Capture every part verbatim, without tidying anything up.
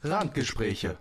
Randgespräche.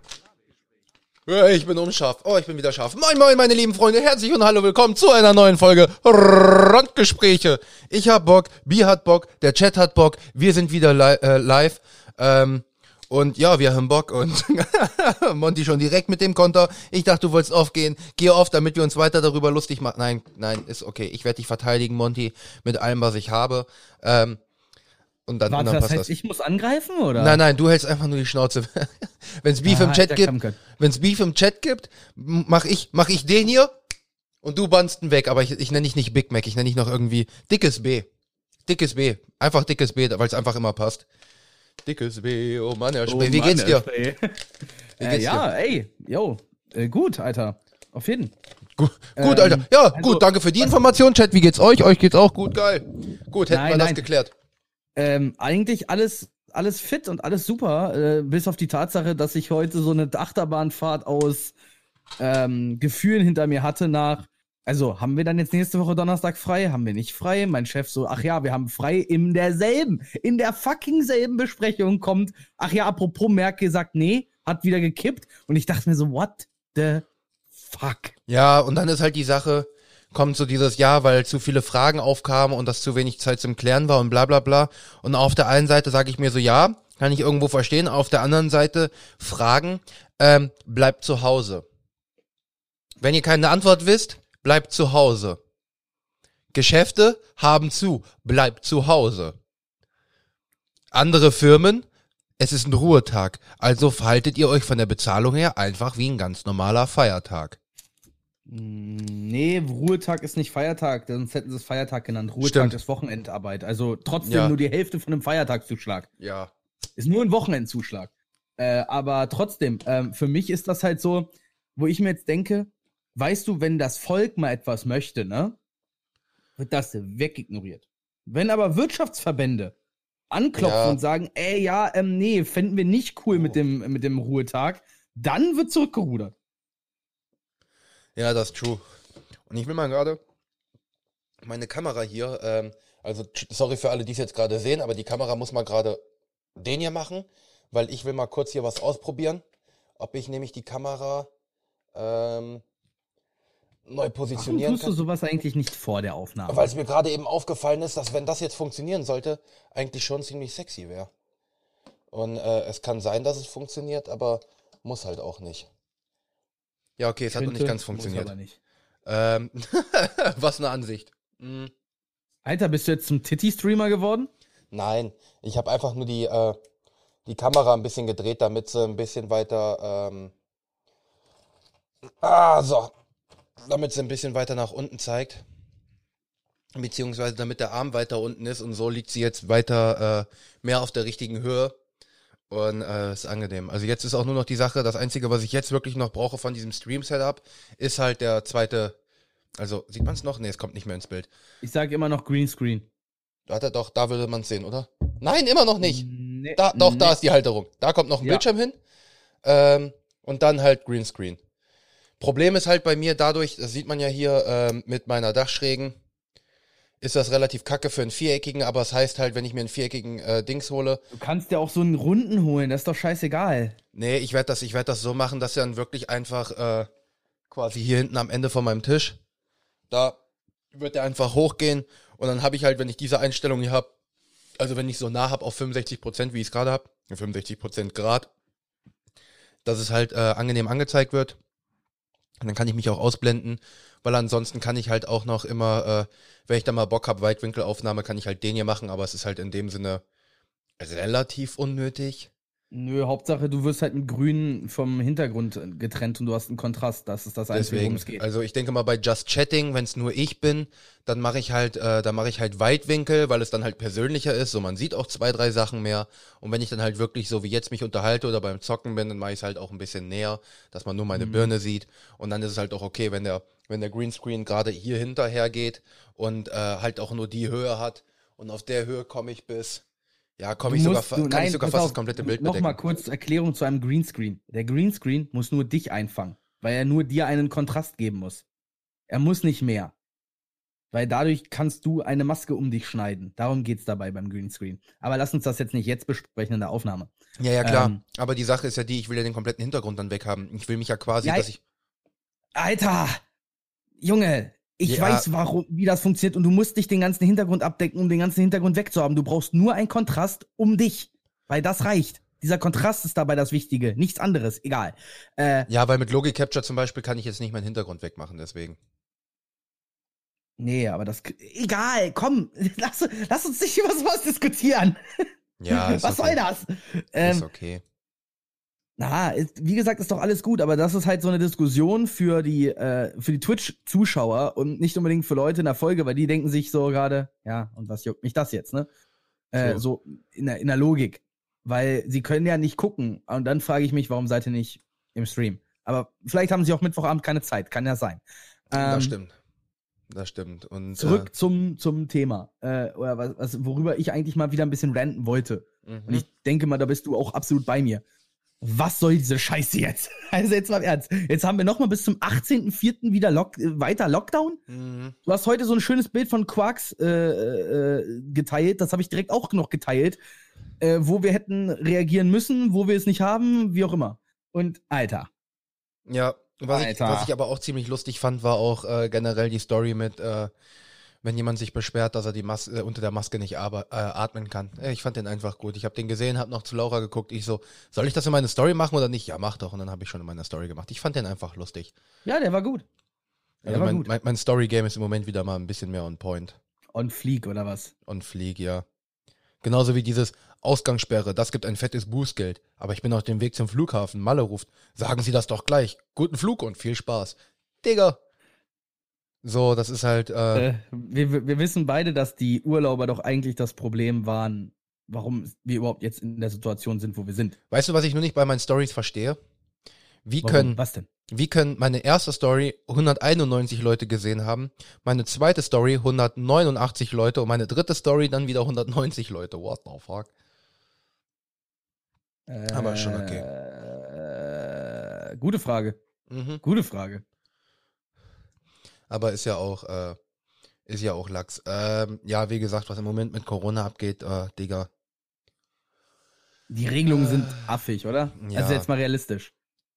Ich bin unscharf. Oh, ich bin wieder scharf. Moin, moin, meine lieben Freunde. Herzlich und hallo, willkommen zu einer neuen Folge Randgespräche. Ich hab Bock, Bi hat Bock, der Chat hat Bock, wir sind wieder li- äh, live. Ähm, und ja, wir haben Bock und Monty schon direkt mit dem Konter. Ich dachte, du wolltest aufgehen. Geh auf, damit wir uns weiter darüber lustig machen. Nein, nein, ist okay. Ich werde dich verteidigen, Monty, mit allem, was ich habe. Ähm, Und dann, Warte, und dann das passt heißt, das. ich muss angreifen, oder? Nein, nein, du hältst einfach nur die Schnauze. Wenn's Beef Ah, im Chat der gibt, Kampke. wenn's Beef im Chat gibt, m- mach ich, mach ich den hier und du bannst ihn weg. Aber ich, ich nenne dich nicht Big Mac, ich nenne dich noch irgendwie Dickes B. Dickes B. Einfach Dickes B, weil es einfach immer passt. Dickes B, oh Mann, Herr Spree. Oh Wie Mann, geht's dir? Spray. Wie äh, geht's ja, ey, yo, äh, gut, Alter, auf jeden. Gut, gut, Ähm, Alter. Ja, also- gut, danke für die Information, Chat. Wie geht's euch? Euch geht's auch gut, geil. Gut, hätten Nein, wir das nein. geklärt. Ähm, eigentlich alles, alles fit und alles super, äh, bis auf die Tatsache, dass ich heute so eine Achterbahnfahrt aus ähm, Gefühlen hinter mir hatte nach, also haben wir dann jetzt nächste Woche Donnerstag frei? Haben wir nicht frei? Mein Chef so, ach ja, wir haben frei in derselben, in der fucking selben Besprechung kommt, ach ja, apropos Merkel sagt, nee, hat wieder gekippt und ich dachte mir so, what the fuck? Ja, und dann ist halt die Sache, kommt so dieses Jahr, weil zu viele Fragen aufkamen und das zu wenig Zeit zum Klären war und bla bla bla. Und auf der einen Seite sage ich mir so, ja, kann ich irgendwo verstehen. Auf der anderen Seite Fragen, ähm, bleibt zu Hause. Wenn ihr keine Antwort wisst, bleibt zu Hause. Geschäfte haben zu, bleibt zu Hause. Andere Firmen, es ist ein Ruhetag, also verhaltet ihr euch von der Bezahlung her einfach wie ein ganz normaler Feiertag. Nee, Ruhetag ist nicht Feiertag, sonst hätten sie es Feiertag genannt. Ruhetag Stimmt. ist Wochenendarbeit. Also trotzdem Ja. nur die Hälfte von einem Feiertagszuschlag. Ja. Ist nur ein Wochenendzuschlag. Äh, aber trotzdem, ähm, für mich ist das halt so, wo ich mir jetzt denke, weißt du, wenn das Volk mal etwas möchte, ne, wird das wegignoriert. Wenn aber Wirtschaftsverbände anklopfen Ja. und sagen, ey, ja, ähm, nee, fänden wir nicht cool mit dem, mit dem Ruhetag, dann wird zurückgerudert. Ja, das ist true. Und ich will mal gerade meine Kamera hier, ähm, also tsch- sorry für alle, die es jetzt gerade sehen, aber die Kamera muss mal gerade den hier machen, weil ich will mal kurz hier was ausprobieren, ob ich nämlich die Kamera ähm, neu Warum positionieren tust du kann. sowas eigentlich nicht vor der Aufnahme? Weil es mir gerade eben aufgefallen ist, dass wenn das jetzt funktionieren sollte, eigentlich schon ziemlich sexy wäre. Und äh, es kann sein, dass es funktioniert, aber muss halt auch nicht. Ja, okay, es hat noch nicht ganz Muss funktioniert. aber nicht. Ähm, was eine Ansicht. Hm. Alter, bist du jetzt zum Titty-Streamer geworden? Nein, ich habe einfach nur die, äh, die Kamera ein bisschen gedreht, damit sie ein bisschen weiter, ähm, ah, so, damit sie ein bisschen weiter nach unten zeigt. Beziehungsweise damit der Arm weiter unten ist und so liegt sie jetzt weiter äh, mehr auf der richtigen Höhe. Und äh, ist angenehm. Also jetzt ist auch nur noch die Sache, das Einzige, was ich jetzt wirklich noch brauche von diesem Stream-Setup, ist halt der zweite, also sieht man es noch? Nee, es kommt nicht mehr ins Bild. Ich sag immer noch Greenscreen. Warte, doch, da würde man es sehen, oder? Nein, immer noch nicht. Nee, Da, doch, nee. da ist die Halterung. Da kommt noch ein Ja. Bildschirm hin. Ähm, und dann halt Greenscreen. Problem ist halt bei mir dadurch, das sieht man ja hier ähm, mit meiner Dachschrägen, ist das relativ kacke für einen viereckigen, aber es heißt halt, wenn ich mir einen viereckigen äh, Dings hole, Du kannst dir auch so einen Runden holen, das ist doch scheißegal. nee, ich werde das, ich werde das so machen, dass er dann wirklich einfach äh, quasi hier hinten am Ende von meinem Tisch, da wird er einfach hochgehen und dann habe ich halt, wenn ich diese Einstellung hier habe, also wenn ich so nah habe auf fünfundsechzig Prozent, wie ich es gerade habe, fünfundsechzig Prozent Grad, dass es halt äh, angenehm angezeigt wird. Und dann kann ich mich auch ausblenden, weil ansonsten kann ich halt auch noch immer, äh, wenn ich da mal Bock habe, Weitwinkelaufnahme, kann ich halt den hier machen, aber es ist halt in dem Sinne relativ unnötig. Nö, Hauptsache, du wirst halt mit Grün vom Hintergrund getrennt und du hast einen Kontrast. Das ist das Einzige, worum Deswegen, es geht. also ich denke mal bei Just Chatting, wenn es nur ich bin, dann mache ich halt, äh, dann mache ich halt Weitwinkel, weil es dann halt persönlicher ist, so man sieht auch zwei, drei Sachen mehr. Und wenn ich dann halt wirklich so wie jetzt mich unterhalte oder beim Zocken bin, dann mache ich es halt auch ein bisschen näher, dass man nur meine Mhm. Birne sieht. Und dann ist es halt auch okay, wenn der, wenn der Greenscreen gerade hier hinterher geht und äh, halt auch nur die Höhe hat. Und auf der Höhe komme ich bis, ja, komme ich Du sogar, musst- fa- du- kann nein, ich sogar pass fast auf, das komplette Bild Noch mal bedecken. kurz Erklärung zu einem Greenscreen. Der Greenscreen muss nur dich einfangen, weil er nur dir einen Kontrast geben muss. Er muss nicht mehr. Weil dadurch kannst du eine Maske um dich schneiden. Darum geht's dabei beim Greenscreen. Aber lass uns das jetzt nicht jetzt besprechen in der Aufnahme. Ja, ja, klar. Ähm, Aber die Sache ist ja die, ich will ja den kompletten Hintergrund dann weghaben. Ich will mich ja quasi, Ja, dass ich... Alter! Junge! Ich Ja. weiß, warum, wie das funktioniert und du musst nicht den ganzen Hintergrund abdecken, um den ganzen Hintergrund wegzuhaben. Du brauchst nur einen Kontrast um dich. Weil das reicht. Dieser Kontrast ist dabei das Wichtige. Nichts anderes. Egal. Äh, Ja, weil mit Logic Capture zum Beispiel kann ich jetzt nicht meinen Hintergrund wegmachen, deswegen. nee, aber das... Egal, komm. Lass, lass uns nicht über sowas diskutieren. Ja, ist Was okay. soll das? Ähm, Ist okay. Na, ist, wie gesagt, ist doch alles gut, aber das ist halt so eine Diskussion für die, äh, für die Twitch-Zuschauer und nicht unbedingt für Leute in der Folge, weil die denken sich so gerade, ja, und was juckt mich das jetzt, ne? Äh, So. so in der, in der Logik. Weil sie können ja nicht gucken. Und dann frage ich mich, warum seid ihr nicht im Stream? Aber vielleicht haben sie auch Mittwochabend keine Zeit, kann ja sein. Ähm, Das stimmt. Das stimmt. Und, Zurück äh, zum, zum Thema, äh, oder was, was, worüber ich eigentlich mal wieder ein bisschen ranten wollte. mhm. Und ich denke mal, da bist du auch absolut bei mir. Was soll diese Scheiße jetzt? Also jetzt mal im Ernst. Jetzt haben wir noch mal bis zum achtzehnten vierten wieder Lock äh, weiter Lockdown. Mhm. Du hast heute so ein schönes Bild von Quarks äh, äh, geteilt. Das habe ich direkt auch noch geteilt. Äh, wo wir hätten reagieren müssen, wo wir es nicht haben, wie auch immer. Und Alter. Ja, was ich, Alter. was ich aber auch ziemlich lustig fand, war auch äh, generell die Story mit, äh, wenn jemand sich beschwert, dass er die Mas äh, unter der Maske nicht aber, äh, atmen kann. Äh, Ich fand den einfach gut. Ich habe den gesehen, habe noch zu Laura geguckt. Ich so, soll ich das in meine Story machen oder nicht? Ja, mach doch. Und dann habe ich schon in meiner Story gemacht. Ich fand den einfach lustig. Ja, der war gut. Der Also war mein, gut. mein, mein Story-Game ist im Moment wieder mal ein bisschen mehr on point. On Fleek oder was? On fleek, ja. Genauso wie dieses Ausgangssperre, das gibt ein fettes Bußgeld. Aber ich bin auf dem Weg zum Flughafen. Malle ruft, sagen Sie das doch gleich. Guten Flug und viel Spaß. Digga. So, das ist halt, äh, Äh, wir, wir wissen beide, dass die Urlauber doch eigentlich das Problem waren, warum wir überhaupt jetzt in der Situation sind, wo wir sind. weißt du, was ich nur nicht bei meinen Stories verstehe? Wie Warum? können, Was denn? wie können meine erste Story hunderteinundneunzig Leute gesehen haben, meine zweite Story hundertneunundachtzig Leute und meine dritte Story dann wieder hundertneunzig Leute. What the fuck? Aber schon okay. Äh, gute Frage. Mhm. Gute Frage. Aber ist ja auch, äh, ist ja auch Lachs. Ähm, ja, wie gesagt, was im Moment mit Corona abgeht, äh, Digga. Die Regelungen sind affig, oder? Ja. Also jetzt mal realistisch.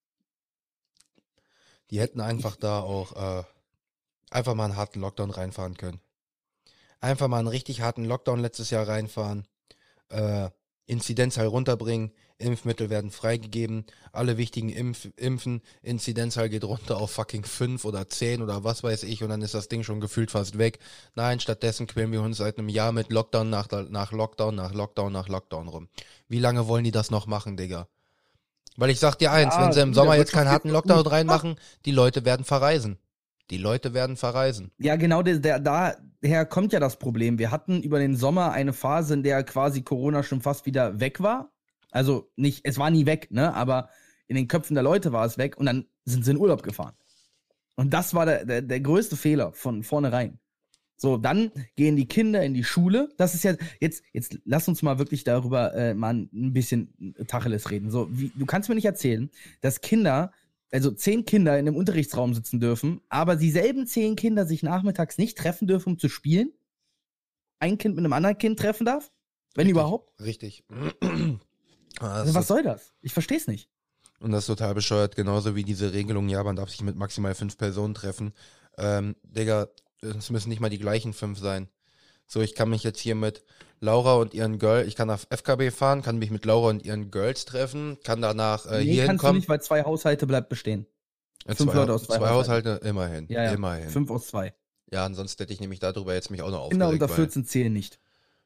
Die hätten einfach da auch, äh, einfach mal einen harten Lockdown reinfahren können. Einfach mal einen richtig harten Lockdown letztes Jahr reinfahren. Äh, Inzidenzzahl runterbringen, Impfmittel werden freigegeben, alle wichtigen Impf Impfen, Inzidenzzahl geht runter auf fucking fünf oder zehn oder was weiß ich und dann ist das Ding schon gefühlt fast weg. Nein, stattdessen quälen wir uns seit einem Jahr mit Lockdown nach, nach Lockdown, nach Lockdown, nach Lockdown rum. Wie lange wollen die das noch machen, Digga? Weil ich sag dir eins, Ja, wenn sie im der Sommer jetzt Wirtschaft keinen harten geht's doch Lockdown gut. reinmachen, die Leute werden verreisen. Die Leute werden verreisen. Ja, genau, der, der, daher kommt ja das Problem. Wir hatten über den Sommer eine Phase, in der quasi Corona schon fast wieder weg war. Also nicht, es war nie weg, ne? Aber in den Köpfen der Leute war es weg und dann sind sie in Urlaub gefahren. Und das war der, der, der größte Fehler von vornherein. So, dann gehen die Kinder in die Schule. Das ist ja, jetzt, jetzt lass uns mal wirklich darüber äh, mal ein bisschen Tacheles reden. So, wie, du kannst mir nicht erzählen, dass Kinder, also zehn Kinder in einem Unterrichtsraum sitzen dürfen, aber dieselben zehn Kinder sich nachmittags nicht treffen dürfen, um zu spielen? Ein Kind mit einem anderen Kind treffen darf? Wenn Richtig, überhaupt? Richtig. Ah, das Also, ist was soll das? Ich versteh's nicht. Und das ist total bescheuert, genauso wie diese Regelung, ja, man darf sich mit maximal fünf Personen treffen. Ähm, Digga, es müssen nicht mal die gleichen fünf sein. So, ich kann mich jetzt hier mit Laura und ihren Girl, ich kann nach F K B fahren, kann mich mit Laura und ihren Girls treffen, kann danach äh, nee, hier kannst du hinkommen. nicht, weil zwei Haushalte bleibt bestehen. Äh, fünf zwei, Leute aus zwei zwei Haushalten. Haushalte, immerhin, Ja, ja. immerhin. Fünf aus zwei. Ja, ansonsten hätte ich nämlich darüber jetzt mich auch noch Kinder aufgeregt, unter weil, vierzehn zählen nicht.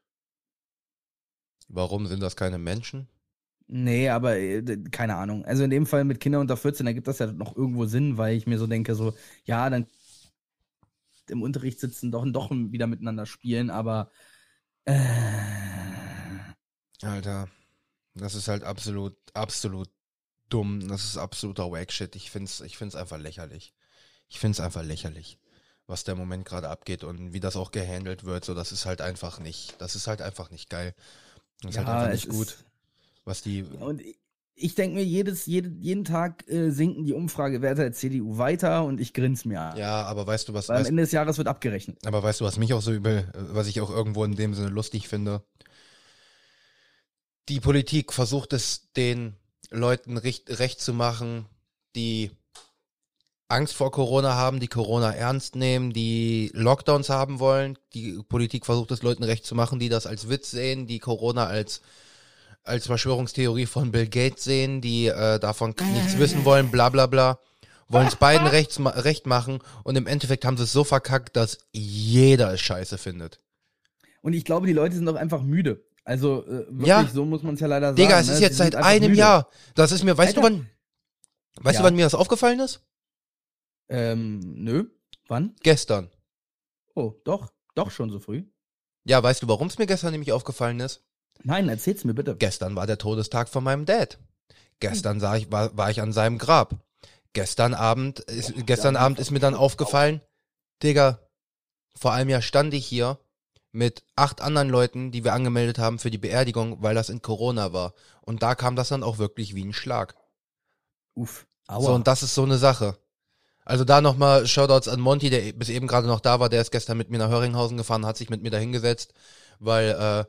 warum sind das keine Menschen? Nee, aber äh, d- keine Ahnung. Also in dem Fall mit Kindern unter vierzehn ergibt das ja noch irgendwo Sinn, weil ich mir so denke, so, ja, dann im Unterricht sitzen, doch, doch wieder miteinander spielen, aber äh, Alter, das ist halt absolut, absolut dumm. Das ist absoluter Wack-Shit. Ich find's, ich find's einfach lächerlich. Ich find's einfach lächerlich, was der Moment gerade abgeht und wie das auch gehandelt wird. So, das ist halt einfach nicht, das ist halt einfach nicht geil. Das ist ja, halt einfach es nicht gut, ist, was die, und ich, ich denke mir, jedes, jede, jeden Tag äh, sinken die Umfragewerte der C D U weiter und ich grinse mir an. Ja, aber weißt du was? Weil am Weißt, Ende des Jahres wird abgerechnet. aber weißt du, was mich auch so übel, äh, was ich auch irgendwo in dem Sinne lustig finde? Die Politik versucht es den Leuten recht, recht zu machen, die Angst vor Corona haben, die Corona ernst nehmen, die Lockdowns haben wollen. Die Politik versucht es Leuten recht zu machen, die das als Witz sehen, die Corona als als Verschwörungstheorie von Bill Gates sehen, die äh, davon nichts wissen wollen, bla bla bla. Wollen es beiden rechts, ma- recht machen und im Endeffekt haben sie es so verkackt, dass jeder es scheiße findet. Und ich glaube, die Leute sind auch einfach müde. Also äh, wirklich, Ja. so muss man es ja leider sagen. Digga, es ne? ist Sie jetzt sind seit einfach einem müde. Jahr. Das ist mir, weißt Alter. du wann, weißt Ja. du wann mir das aufgefallen ist? Ähm, nö. Wann? Gestern. Oh, doch. Doch schon so früh. Ja, weißt du, warum es mir gestern nämlich aufgefallen ist? Nein, erzähl's mir bitte. Gestern war der Todestag von meinem Dad. Gestern sah ich, war, war ich an seinem Grab. Gestern Abend ist, Boah, gestern ja, Abend ist mir dann aufgefallen, Digga, vor einem Jahr stand ich hier mit acht anderen Leuten, die wir angemeldet haben für die Beerdigung, weil das in Corona war. Und da kam das dann auch wirklich wie ein Schlag. Uff. Aua. So, und das ist so eine Sache. Also da nochmal Shoutouts an Monty, der bis eben gerade noch da war, der ist gestern mit mir nach Höringhausen gefahren, hat sich mit mir da hingesetzt, weil äh,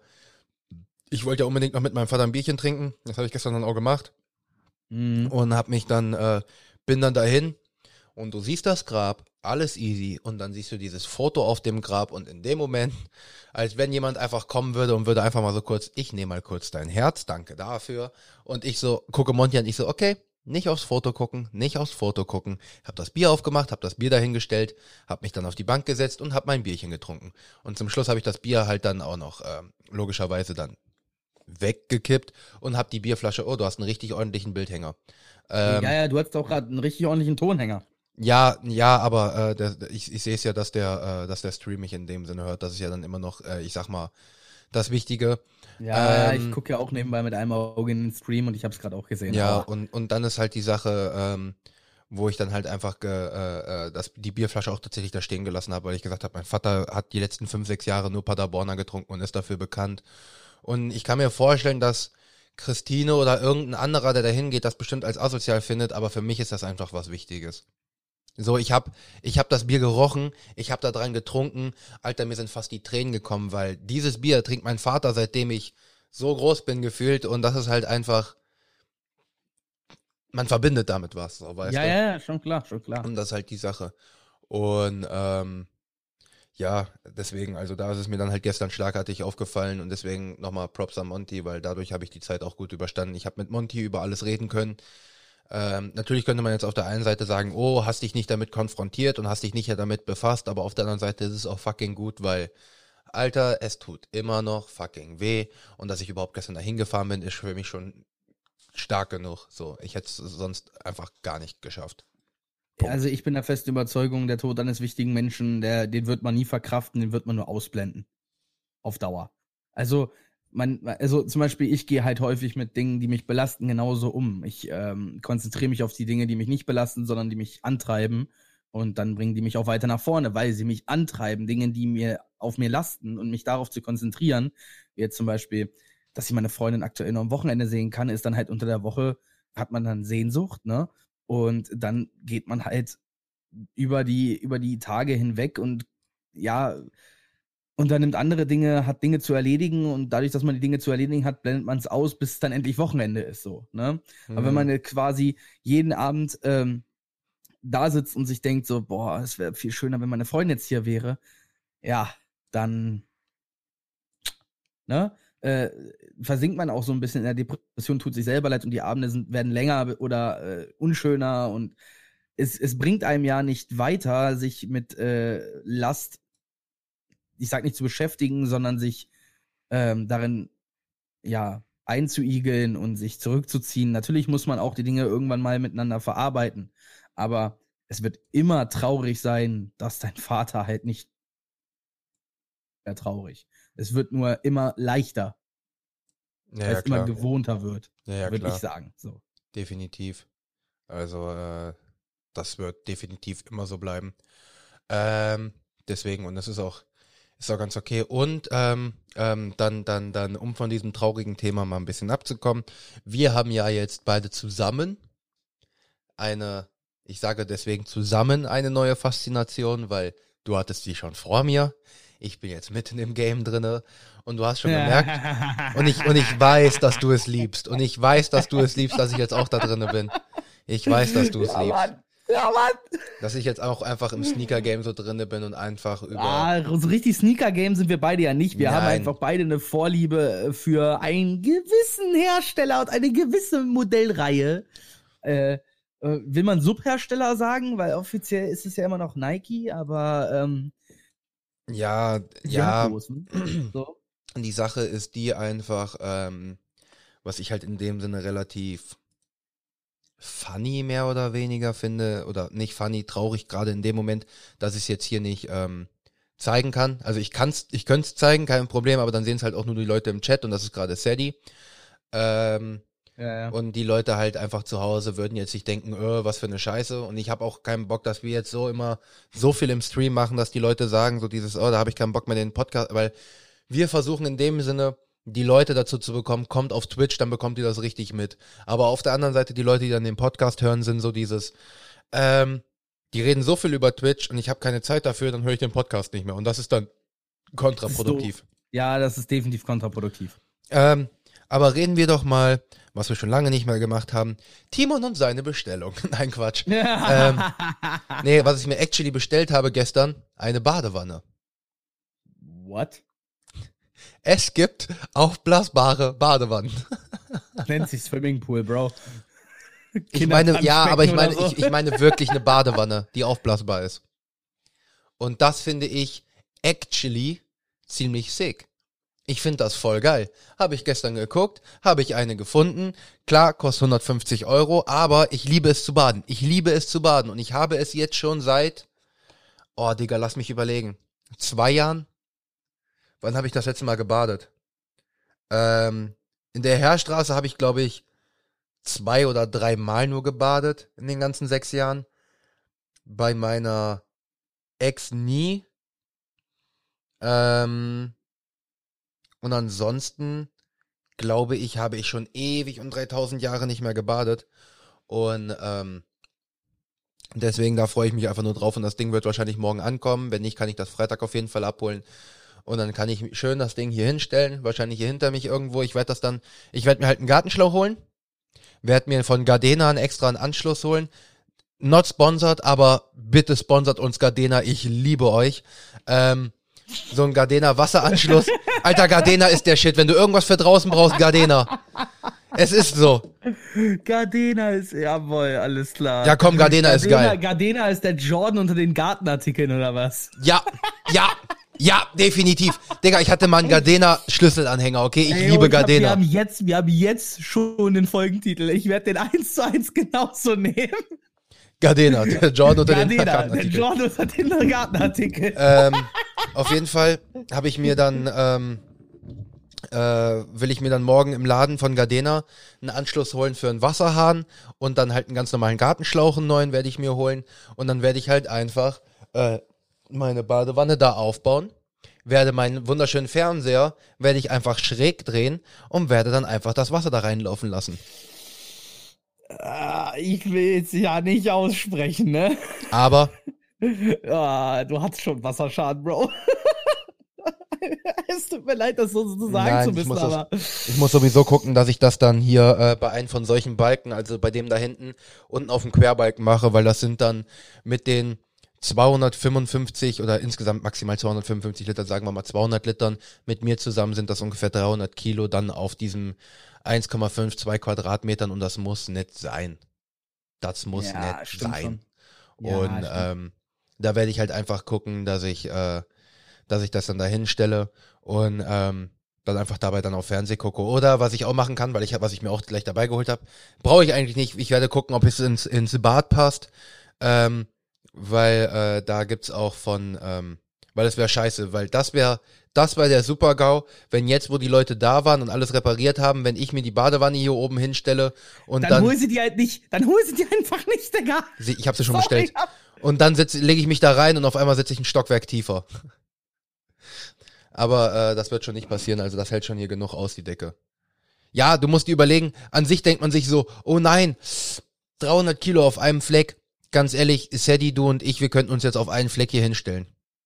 ich wollte ja unbedingt noch mit meinem Vater ein Bierchen trinken. Das habe ich gestern dann auch gemacht. Mhm. Und hab mich dann, äh, bin dann dahin und du siehst das Grab, alles easy und dann siehst du dieses Foto auf dem Grab und in dem Moment, als wenn jemand einfach kommen würde und würde einfach mal so kurz, ich nehme mal kurz dein Herz, danke dafür und ich so, gucke Monty an, ich so, okay, nicht aufs Foto gucken, nicht aufs Foto gucken, hab das Bier aufgemacht, hab das Bier dahingestellt, hab mich dann auf die Bank gesetzt und hab mein Bierchen getrunken und zum Schluss habe ich das Bier halt dann auch noch, äh, logischerweise dann weggekippt und hab die Bierflasche, oh, du hast einen richtig ordentlichen Bildhänger. Ähm, ja, ja, du hattest auch gerade einen richtig ordentlichen Tonhänger. Ja, ja, aber äh, der, ich, ich sehe es ja, dass der, äh, dass der Stream mich in dem Sinne hört. Das ist ja dann immer noch, äh, ich sag mal, das Wichtige. Ja, Ähm, ich gucke ja auch nebenbei mit einem Auge in den Stream und ich habe es gerade auch gesehen. Ja, Aua. und, und dann ist halt die Sache, ähm, wo ich dann halt einfach ge, äh, äh, das, die Bierflasche auch tatsächlich da stehen gelassen habe, weil ich gesagt habe, mein Vater hat die letzten fünf, sechs Jahre nur Paderborner getrunken und ist dafür bekannt. Und ich kann mir vorstellen, dass Christine oder irgendein anderer, der da hingeht, das bestimmt als asozial findet, aber für mich ist das einfach was Wichtiges. So, ich hab, ich hab das Bier gerochen, ich hab da dran getrunken, Alter, mir sind fast die Tränen gekommen, weil dieses Bier trinkt mein Vater, seitdem ich so groß bin gefühlt und das ist halt einfach, man verbindet damit was, so, weißt Ja, du? ja, ja, schon klar, schon klar. Und das ist halt die Sache. Und ähm, ja, deswegen, also da ist es mir dann halt gestern schlagartig aufgefallen und deswegen nochmal Props an Monty, weil dadurch habe ich die Zeit auch gut überstanden. Ich habe mit Monty über alles reden können. Ähm, natürlich könnte man jetzt auf der einen Seite sagen, oh, hast dich nicht damit konfrontiert und hast dich nicht damit befasst, aber auf der anderen Seite ist es auch fucking gut, weil, Alter, es tut immer noch fucking weh und dass ich überhaupt gestern dahin gefahren bin, ist für mich schon stark genug. So, ich hätte es sonst einfach gar nicht geschafft. Punkt. Also ich bin der festen Überzeugung, der Tod eines wichtigen Menschen, der, den wird man nie verkraften, den wird man nur ausblenden. Auf Dauer. Also, man, also zum Beispiel, ich gehe halt häufig mit Dingen, die mich belasten, genauso um. Ich ähm, konzentriere mich auf die Dinge, die mich nicht belasten, sondern die mich antreiben. Und dann bringen die mich auch weiter nach vorne, weil sie mich antreiben, Dinge, die mir auf mir lasten und mich darauf zu konzentrieren. Wie jetzt zum Beispiel, dass ich meine Freundin aktuell nur am Wochenende sehen kann, ist dann halt unter der Woche, hat man dann Sehnsucht, ne? Und dann geht man halt über die, über die Tage hinweg und ja, unternimmt andere Dinge, hat Dinge zu erledigen und dadurch, dass man die Dinge zu erledigen hat, blendet man es aus, bis es dann endlich Wochenende ist, so, ne? Mhm. Aber wenn man jetzt quasi jeden Abend ähm, da sitzt und sich denkt so, boah, es wäre viel schöner, wenn meine Freundin jetzt hier wäre, ja, dann, ne, äh, versinkt man auch so ein bisschen in der Depression, tut sich selber leid und die Abende sind, werden länger oder äh, unschöner und es, es bringt einem ja nicht weiter, sich mit äh, Last, ich sag nicht zu beschäftigen, sondern sich ähm, darin, ja, einzuigeln und sich zurückzuziehen. Natürlich muss man auch die Dinge irgendwann mal miteinander verarbeiten, aber es wird immer traurig sein, dass dein Vater halt nicht mehr traurig. Es wird nur immer leichter, Ja, weil ja, es immer klar. gewohnter wird, Ja, ja, würde klar. ich sagen. So. Definitiv. Also, äh, das wird definitiv immer so bleiben. Ähm, deswegen, und das ist auch, Ist auch ganz okay. Und ähm, ähm, dann, dann, dann, um von diesem traurigen Thema mal ein bisschen abzukommen. Wir haben ja jetzt beide zusammen eine, ich sage deswegen zusammen eine neue Faszination, weil du hattest die schon vor mir. Ich bin jetzt mitten im Game drinne und du hast schon gemerkt. und ich und ich weiß, dass du es liebst. Und ich weiß, dass du es liebst, dass ich jetzt auch da drinne bin. Ich weiß, dass du es Ja, liebst. Mann. Ja, Mann. Dass ich jetzt auch einfach im Sneaker-Game so drinne bin und einfach über... Ah, so richtig Sneaker-Game sind wir beide ja nicht. Wir Nein. haben einfach beide eine Vorliebe für einen gewissen Hersteller und eine gewisse Modellreihe. Äh, äh, will man Subhersteller sagen? Weil offiziell ist es ja immer noch Nike, aber ähm, Ja, ja, groß, ne? So. die Sache ist die einfach, ähm, was ich halt in dem Sinne relativ funny mehr oder weniger finde, oder nicht funny, traurig gerade in dem Moment, dass ich es jetzt hier nicht ähm, zeigen kann. Also ich kann's, ich könnte es zeigen, kein Problem, aber dann sehen es halt auch nur die Leute im Chat und das ist gerade Sadie. Ähm, Ja, ja. Und die Leute halt einfach zu Hause würden jetzt sich denken, öh, was für eine Scheiße. Und ich habe auch keinen Bock, dass wir jetzt so immer so viel im Stream machen, dass die Leute sagen, so dieses, oh, da habe ich keinen Bock mehr den Podcast, weil wir versuchen in dem Sinne, die Leute dazu zu bekommen, kommt auf Twitch, dann bekommt ihr das richtig mit. Aber auf der anderen Seite, die Leute, die dann den Podcast hören, sind so dieses, ähm, die reden so viel über Twitch und ich habe keine Zeit dafür, dann höre ich den Podcast nicht mehr. Und das ist dann kontraproduktiv. Das ist ja, das ist definitiv kontraproduktiv. Ähm, aber reden wir doch mal, was wir schon lange nicht mehr gemacht haben, Timon und seine Bestellung. Nein, Quatsch. ähm, nee, was ich mir actually bestellt habe gestern, eine Badewanne. What? Es gibt aufblasbare Badewannen. Nennt sich Swimmingpool, Bro. Ich meine, ja, aber ich meine, so. ich, ich meine wirklich eine Badewanne, die aufblasbar ist. Und das finde ich actually ziemlich sick. Ich finde das voll geil. Habe ich gestern geguckt, habe ich eine gefunden. Klar, kostet hundertfünfzig Euro, aber ich liebe es zu baden. Ich liebe es zu baden und ich habe es jetzt schon seit, oh Digga, lass mich überlegen, zwei Jahren? Wann habe ich das letzte Mal gebadet? Ähm, in der Heerstraße habe ich, glaube ich, zwei oder drei Mal nur gebadet in den ganzen sechs Jahren. Bei meiner Ex nie. Ähm... Und ansonsten, glaube ich, habe ich schon ewig und dreitausend Jahre nicht mehr gebadet. Und ähm, deswegen, da freue ich mich einfach nur drauf. Und das Ding wird wahrscheinlich morgen ankommen. Wenn nicht, kann ich das Freitag auf jeden Fall abholen. Und dann kann ich schön das Ding hier hinstellen. Wahrscheinlich hier hinter mich irgendwo. Ich werde das dann, ich werde mir halt einen Gartenschlauch holen. Werde mir von Gardena einen extra einen Anschluss holen. Not sponsored, aber bitte sponsert uns Gardena. Ich liebe euch. Ähm, so ein Gardena Wasseranschluss. Alter, Gardena ist der Shit. Wenn du irgendwas für draußen brauchst, Gardena. Es ist so. Gardena ist, jawohl, alles klar. Ja, komm, Gardena, Gardena ist geil. Gardena ist der Jordan unter den Gartenartikeln, oder was? Ja, ja, ja, definitiv. Digga, ich hatte mal einen Gardena-Schlüsselanhänger, okay? Ich Ey, liebe ich hab, Gardena. wir haben jetzt, wir haben jetzt schon den Folgentitel. Ich werde den eins zu eins genauso nehmen. Gardena, der Jordan unter Gardena, den Gartenartikeln. Der Jordan unter den Gartenartikeln. Ähm, auf jeden Fall habe ich mir dann, ähm, äh, will ich mir dann morgen im Laden von Gardena einen Anschluss holen für einen Wasserhahn und dann halt einen ganz normalen Gartenschlauch, einen neuen werde ich mir holen und dann werde ich halt einfach äh, meine Badewanne da aufbauen, werde meinen wunderschönen Fernseher, werde ich einfach schräg drehen und werde dann einfach das Wasser da reinlaufen lassen. Ah, ich will es ja nicht aussprechen, ne? Aber ah, du hast schon Wasserschaden, Bro. Es tut mir leid, das so zu sagen Nein, zu ich müssen, muss, aber. das, ich muss sowieso gucken, dass ich das dann hier äh, bei einem von solchen Balken, also bei dem da hinten, unten auf dem Querbalken mache, weil das sind dann mit den zweihundertfünfundfünfzig oder insgesamt maximal zweihundertfünfundfünfzig Liter, sagen wir mal zweihundert Litern, mit mir zusammen sind das ungefähr dreihundert Kilo dann auf diesem eins Komma fünf, zwei Quadratmetern und das muss nicht sein. Das muss Ja, nicht stimmt sein. schon. Ja, Und stimmt. ähm, da werde ich halt einfach gucken, dass ich, äh, dass ich das dann da hinstelle und ähm, dann einfach dabei dann auf Fernseh gucke. Oder was ich auch machen kann, weil ich was ich mir auch gleich dabei geholt habe, brauche ich eigentlich nicht. Ich werde gucken, ob es ins, ins Bad passt. Ähm, weil äh, da gibt's auch von, ähm, weil es wäre scheiße, weil das wäre, das war der Super-GAU, wenn jetzt, wo die Leute da waren und alles repariert haben, wenn ich mir die Badewanne hier oben hinstelle und Dann, dann, hol sie die halt nicht, dann hol sie die einfach nicht, Digga. sie, ich habe sie schon Sorry, bestellt, ab- und dann lege ich mich da rein und auf einmal sitze ich ein Stockwerk tiefer. Aber äh, das wird schon nicht passieren, also das hält schon hier genug aus, die Decke. Ja, du musst dir überlegen, an sich denkt man sich so, oh nein, dreihundert Kilo auf einem Fleck. Ganz ehrlich, Sadie, du und ich, wir könnten uns jetzt auf einen Fleck hier hinstellen.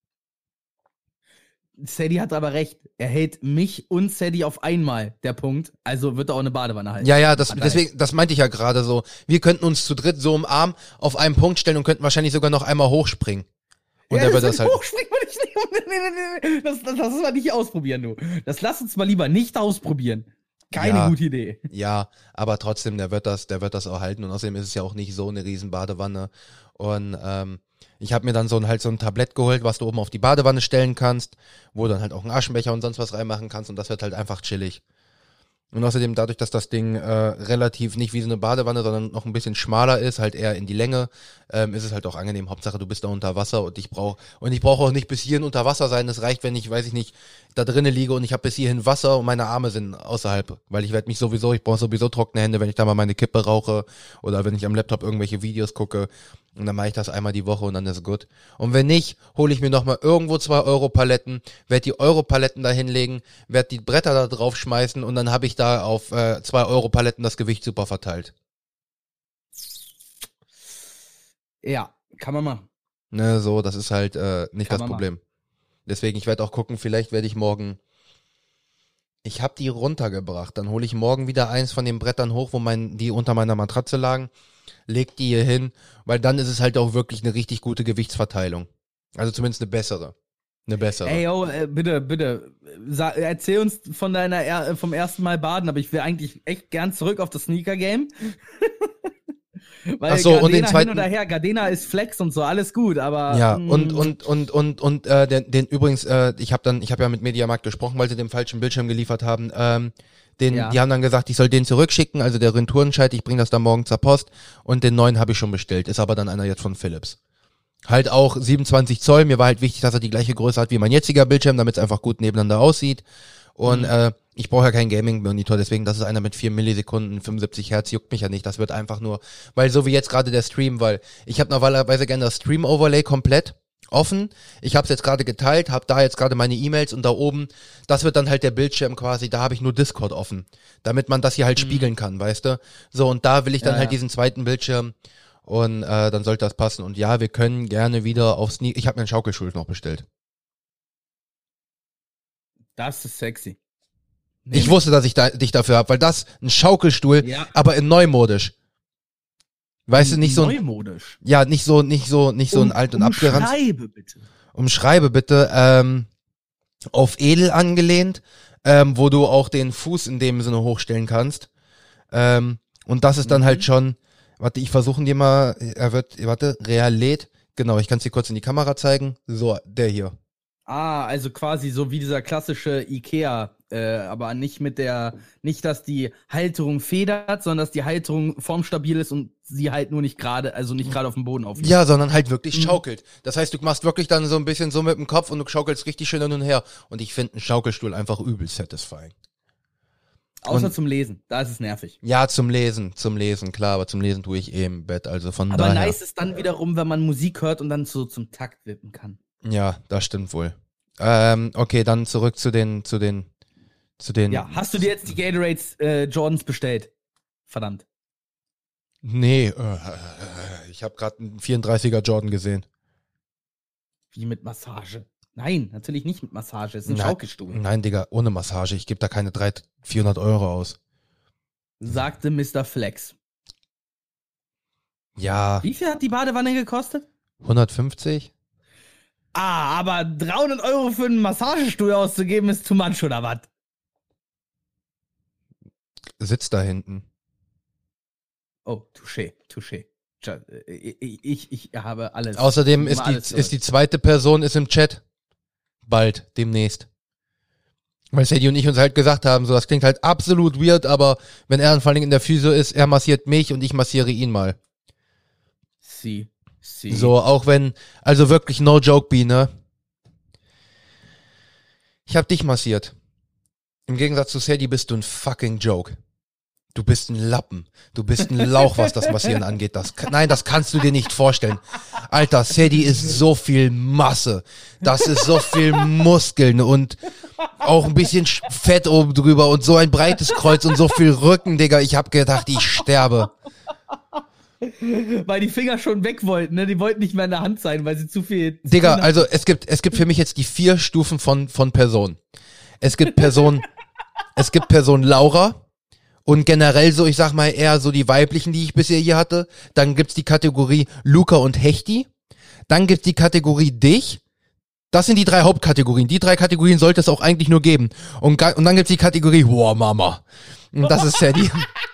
Sadie hat aber recht. Er hält mich und Sadie auf einmal, der Punkt. Also wird er auch eine Badewanne halten. Ja, ja, das, deswegen, das meinte ich ja gerade so. Wir könnten uns zu dritt so im Arm auf einen Punkt stellen und könnten wahrscheinlich sogar noch einmal hochspringen. Und ja, er wird das halt. Hochspringen würde ich nicht. Nee, nee, nee, nee. Das, das, das mal nicht ausprobieren, du. Das lass uns mal lieber nicht ausprobieren. Keine ja, gute Idee. Ja, aber trotzdem, der wird das, der wird das auch halten. Und außerdem ist es ja auch nicht so eine riesen Badewanne. Und ähm, ich habe mir dann so ein halt so ein Tablett geholt, was du oben auf die Badewanne stellen kannst, wo du dann halt auch einen Aschenbecher und sonst was reinmachen kannst und das wird halt einfach chillig. Und außerdem dadurch, dass das Ding äh, relativ nicht wie so eine Badewanne, sondern noch ein bisschen schmaler ist, halt eher in die Länge, ähm, ist es halt auch angenehm. Hauptsache, du bist da unter Wasser und ich brauche und ich brauche auch nicht bis hierhin unter Wasser sein. Das reicht, wenn ich, weiß ich nicht, da drinnen liege und ich habe bis hierhin Wasser und meine Arme sind außerhalb, weil ich werde mich sowieso, ich brauche sowieso trockene Hände, wenn ich da mal meine Kippe rauche oder wenn ich am Laptop irgendwelche Videos gucke. Und dann mache ich das einmal die Woche und dann ist gut. Und wenn nicht, hole ich mir nochmal irgendwo zwei Euro Paletten, werde die Euro Paletten da hinlegen, werde die Bretter da drauf schmeißen und dann habe ich da auf äh, zwei Euro Paletten das Gewicht super verteilt. Ja, kann man machen. Ne, so, das ist halt äh, nicht Kann das man Problem. Deswegen, ich werde auch gucken, vielleicht werde ich morgen, ich habe die runtergebracht, dann hole ich morgen wieder eins von den Brettern hoch, wo mein die unter meiner Matratze lagen, leg die hier hin, weil dann ist es halt auch wirklich eine richtig gute Gewichtsverteilung. Also zumindest eine bessere. Eine bessere. Ey, yo, äh, bitte, bitte, sa- erzähl uns von deiner er vom ersten Mal baden, aber ich will eigentlich echt gern zurück auf das Sneaker-Game. Weil Ach so, Gardena und den zweiten, hin oder her, Gardena ist Flex und so, alles gut, aber ja, mh, und und und und und äh, den, den übrigens, äh, ich habe dann, ich habe ja mit Mediamarkt gesprochen, weil sie den falschen Bildschirm geliefert haben. Ähm, den, Ja. die haben dann gesagt, ich soll den zurückschicken, also der Retourenscheid, ich bringe das dann morgen zur Post und den neuen habe ich schon bestellt, ist aber dann einer jetzt von Philips. Halt auch siebenundzwanzig Zoll, mir war halt wichtig, dass er die gleiche Größe hat wie mein jetziger Bildschirm, damit es einfach gut nebeneinander aussieht. Und Mhm. äh, ich brauche ja keinen Gaming-Monitor, deswegen, das ist einer mit vier Millisekunden, fünfundsiebzig Hertz, juckt mich ja nicht. Das wird einfach nur, weil so wie jetzt gerade der Stream, weil ich habe normalerweise gerne das Stream-Overlay komplett offen. Ich habe es jetzt gerade geteilt, habe da jetzt gerade meine E-Mails und da oben, das wird dann halt der Bildschirm quasi, da habe ich nur Discord offen, damit man das hier halt Mhm. spiegeln kann, weißt du? So, und da will ich dann Ja, halt ja. diesen zweiten Bildschirm und äh, dann sollte das passen. Und ja, wir können gerne wieder auf Sneak, ich habe mir einen Schaukelstuhl noch bestellt. Das ist sexy. Ich wusste, dass ich da, dich dafür hab, weil das ein Schaukelstuhl, Ja. aber in neumodisch. Weißt du, nicht so ein, neumodisch. ja, nicht so, nicht so, nicht so ein alt und abgeranzt. Schreibe bitte. Umschreibe bitte, ähm, auf edel angelehnt, ähm, wo du auch den Fuß in dem Sinne hochstellen kannst. Ähm, und das ist dann Mhm. halt schon, warte, ich versuche dir mal, er wird, warte, Realet, genau, ich kann es dir kurz in die Kamera zeigen. So, der hier. Ah, also quasi so wie dieser klassische Ikea, äh, aber nicht mit der, nicht, dass die Halterung federt, sondern dass die Halterung formstabil ist und sie halt nur nicht gerade, also nicht gerade auf dem Boden aufliegt. Ja, sondern halt wirklich Mhm. schaukelt. Das heißt, du machst wirklich dann so ein bisschen so mit dem Kopf und du schaukelst richtig schön hin und her. Und ich finde einen Schaukelstuhl einfach übel satisfying. Außer und- zum Lesen, da ist es nervig. Ja, zum Lesen, zum Lesen, klar, aber zum Lesen tue ich eh im Bett, also von Aber daher. nice ist dann wiederum, wenn man Musik hört und dann so zum Takt wippen kann. Ja, das stimmt wohl. Ähm, okay, dann zurück zu den, zu den, zu den. Ja, hast du dir jetzt die Gatorades äh, Jordans bestellt? Verdammt. Nee, äh, ich habe gerade einen vierunddreißiger Jordan gesehen. Wie mit Massage? Nein, natürlich nicht mit Massage. Es ist ein Nein. Schaukelstuhl. Nein, Digga, ohne Massage. Ich gebe da keine dreihundert, vierhundert Euro aus. Sagte Mister Flex. Ja, Wie viel hat die Badewanne gekostet? hundertfünfzig? Ah, aber dreihundert Euro für einen Massagestuhl auszugeben ist too much, oder was? Sitzt da hinten. Oh, touché, touché. Tja, Ich, ich, ich habe alles. Außerdem ist Mal die, alles ist die zurück. zweite Person ist im Chat. Bald, demnächst. Weil Sadie und ich uns halt gesagt haben, so, das klingt halt absolut weird, aber wenn er dann vor allem in der Physio ist, er massiert mich und ich massiere ihn mal. Sie, sie. So, auch wenn, also wirklich no joke, B, ne? Ich hab dich massiert. Im Gegensatz zu Sadie bist du ein fucking Joke. Du bist ein Lappen. Du bist ein Lauch, was das Massieren angeht. Das, nein, das kannst du dir nicht vorstellen. Alter, Sadie ist so viel Masse. Das ist so viel Muskeln und auch ein bisschen Fett oben drüber und so ein breites Kreuz und so viel Rücken, Digga. Ich hab gedacht, ich sterbe. Weil die Finger schon weg wollten, ne? Die wollten nicht mehr in der Hand sein, weil sie zu viel... Zu Digga, also es gibt, es gibt für mich jetzt die vier Stufen von, von Person. Es gibt Person, es gibt Person Laura. Und generell so, ich sag mal, eher so die weiblichen, die ich bisher hier hatte. Dann gibt's die Kategorie Luca und Hechti. Dann gibt's die Kategorie Dich. Das sind die drei Hauptkategorien. Die drei Kategorien sollte es auch eigentlich nur geben. Und, und dann gibt's die Kategorie Wow, Mama. Und das ist Sadie.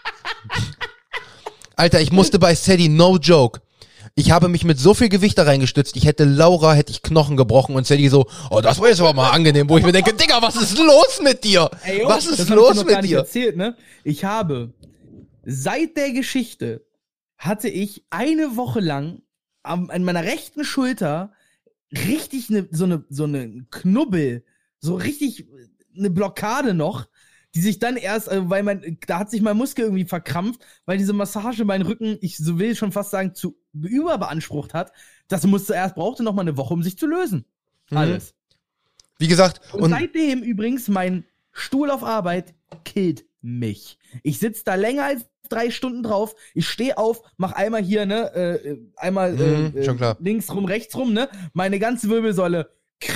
Alter, ich musste bei Sadie, no joke. Ich habe mich mit so viel Gewicht da reingestützt, ich hätte Laura, hätte ich Knochen gebrochen und Sadie so, oh, das war jetzt aber mal angenehm, wo ich mir denke, Digga, was ist los mit dir? Ey, yo, was ist das los hab ich dir noch mit gar nicht dir? Erzählt, ne? Ich habe seit der Geschichte hatte ich eine Woche lang am, an meiner rechten Schulter richtig ne, so eine so eine Knubbel, so richtig eine Blockade noch, die sich dann erst, also weil mein, da hat sich mein Muskel irgendwie verkrampft, weil diese Massage meinen Rücken, ich so will schon fast sagen, zu überbeansprucht hat. Das musste erst, brauchte noch mal eine Woche, um sich zu lösen. Mhm. Alles. Wie gesagt, Und, und seitdem übrigens mein Stuhl auf Arbeit killt mich. Ich sitze da länger als drei Stunden drauf. Ich stehe auf, mach einmal hier, ne, äh, einmal Mhm, äh, schon klar. links rum, rechts rum, ne, meine ganze Wirbelsäule.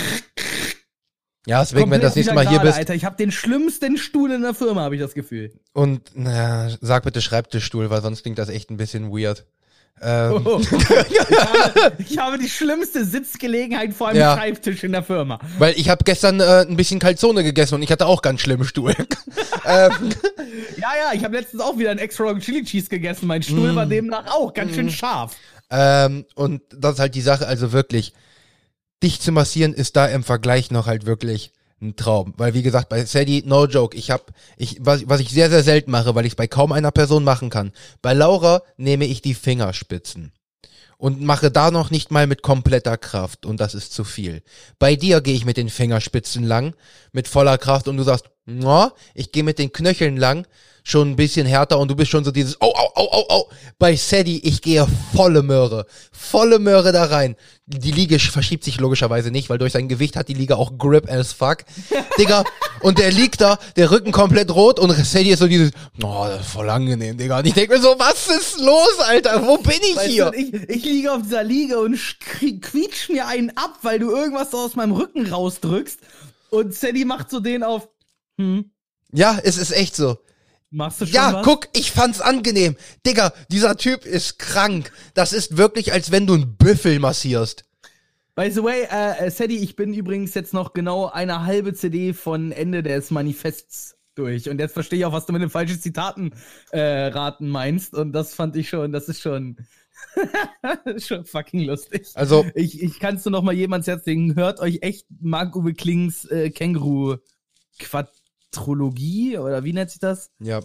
ja, deswegen, wenn du das komplett nächste wieder Mal hier gerade, bist Alter, ich habe den schlimmsten Stuhl in der Firma, habe ich das Gefühl. und, naja, sag bitte Schreibtischstuhl, weil sonst klingt das echt ein bisschen weird. Ähm, Oh, okay. ich, habe, ich habe die schlimmste Sitzgelegenheit vor einem Ja. Schreibtisch in der Firma. weil ich habe gestern äh, ein bisschen Calzone gegessen und ich hatte auch ganz schlimmen Stuhl. ähm, Ja, ja, ich habe letztens auch wieder einen extra Long Chili Cheese gegessen. Mein Stuhl Mm. war demnach auch ganz schön scharf. ähm, und das ist halt die Sache, also wirklich, dich zu massieren ist da im Vergleich noch halt wirklich ein Traum. Weil wie gesagt, bei Sadie, no joke, ich hab, ich, was, was ich sehr, sehr selten mache, weil ich es bei kaum einer Person machen kann. Bei Laura nehme ich die Fingerspitzen. Und mache da noch nicht mal mit kompletter Kraft. Und das ist zu viel. Bei dir gehe ich mit den Fingerspitzen lang, mit voller Kraft. Und du sagst, no, ich gehe mit den Knöcheln lang, schon ein bisschen härter. Und du bist schon so dieses, au, au, au, au, au. Bei Sadie, ich gehe volle Möhre. Volle Möhre da rein. Die Liege verschiebt sich logischerweise nicht, weil durch sein Gewicht hat die Liege auch Grip as fuck. Digga, und der liegt da, der Rücken komplett rot. Und Sadie ist so dieses, oh, das ist voll angenehm, Digga. Und ich denke mir so, was ist los, Alter? Wo bin ich Weißt hier? du, ich, ich liege auf dieser Liege und sch- quietsch mir einen ab, weil du irgendwas aus meinem Rücken rausdrückst. Und Sadie macht so den auf, hm, Ja, es ist echt so. machst du schon Ja, was? guck, ich fand's angenehm. Digga, dieser Typ ist krank. Das ist wirklich, als wenn du einen Büffel massierst. By the way, äh, äh, Sadie, ich bin übrigens jetzt noch genau eine halbe C D von Ende des Manifests durch. Und jetzt verstehe ich auch, was du mit den falschen Zitaten äh, raten meinst. Und das fand ich schon, das ist schon, schon fucking lustig. Also, Ich, ich kann es nur noch mal jedem ans Herz legen. Hört euch echt Marc-Uwe Klings äh, Känguru-Quadrologie oder wie nennt sich das? ja.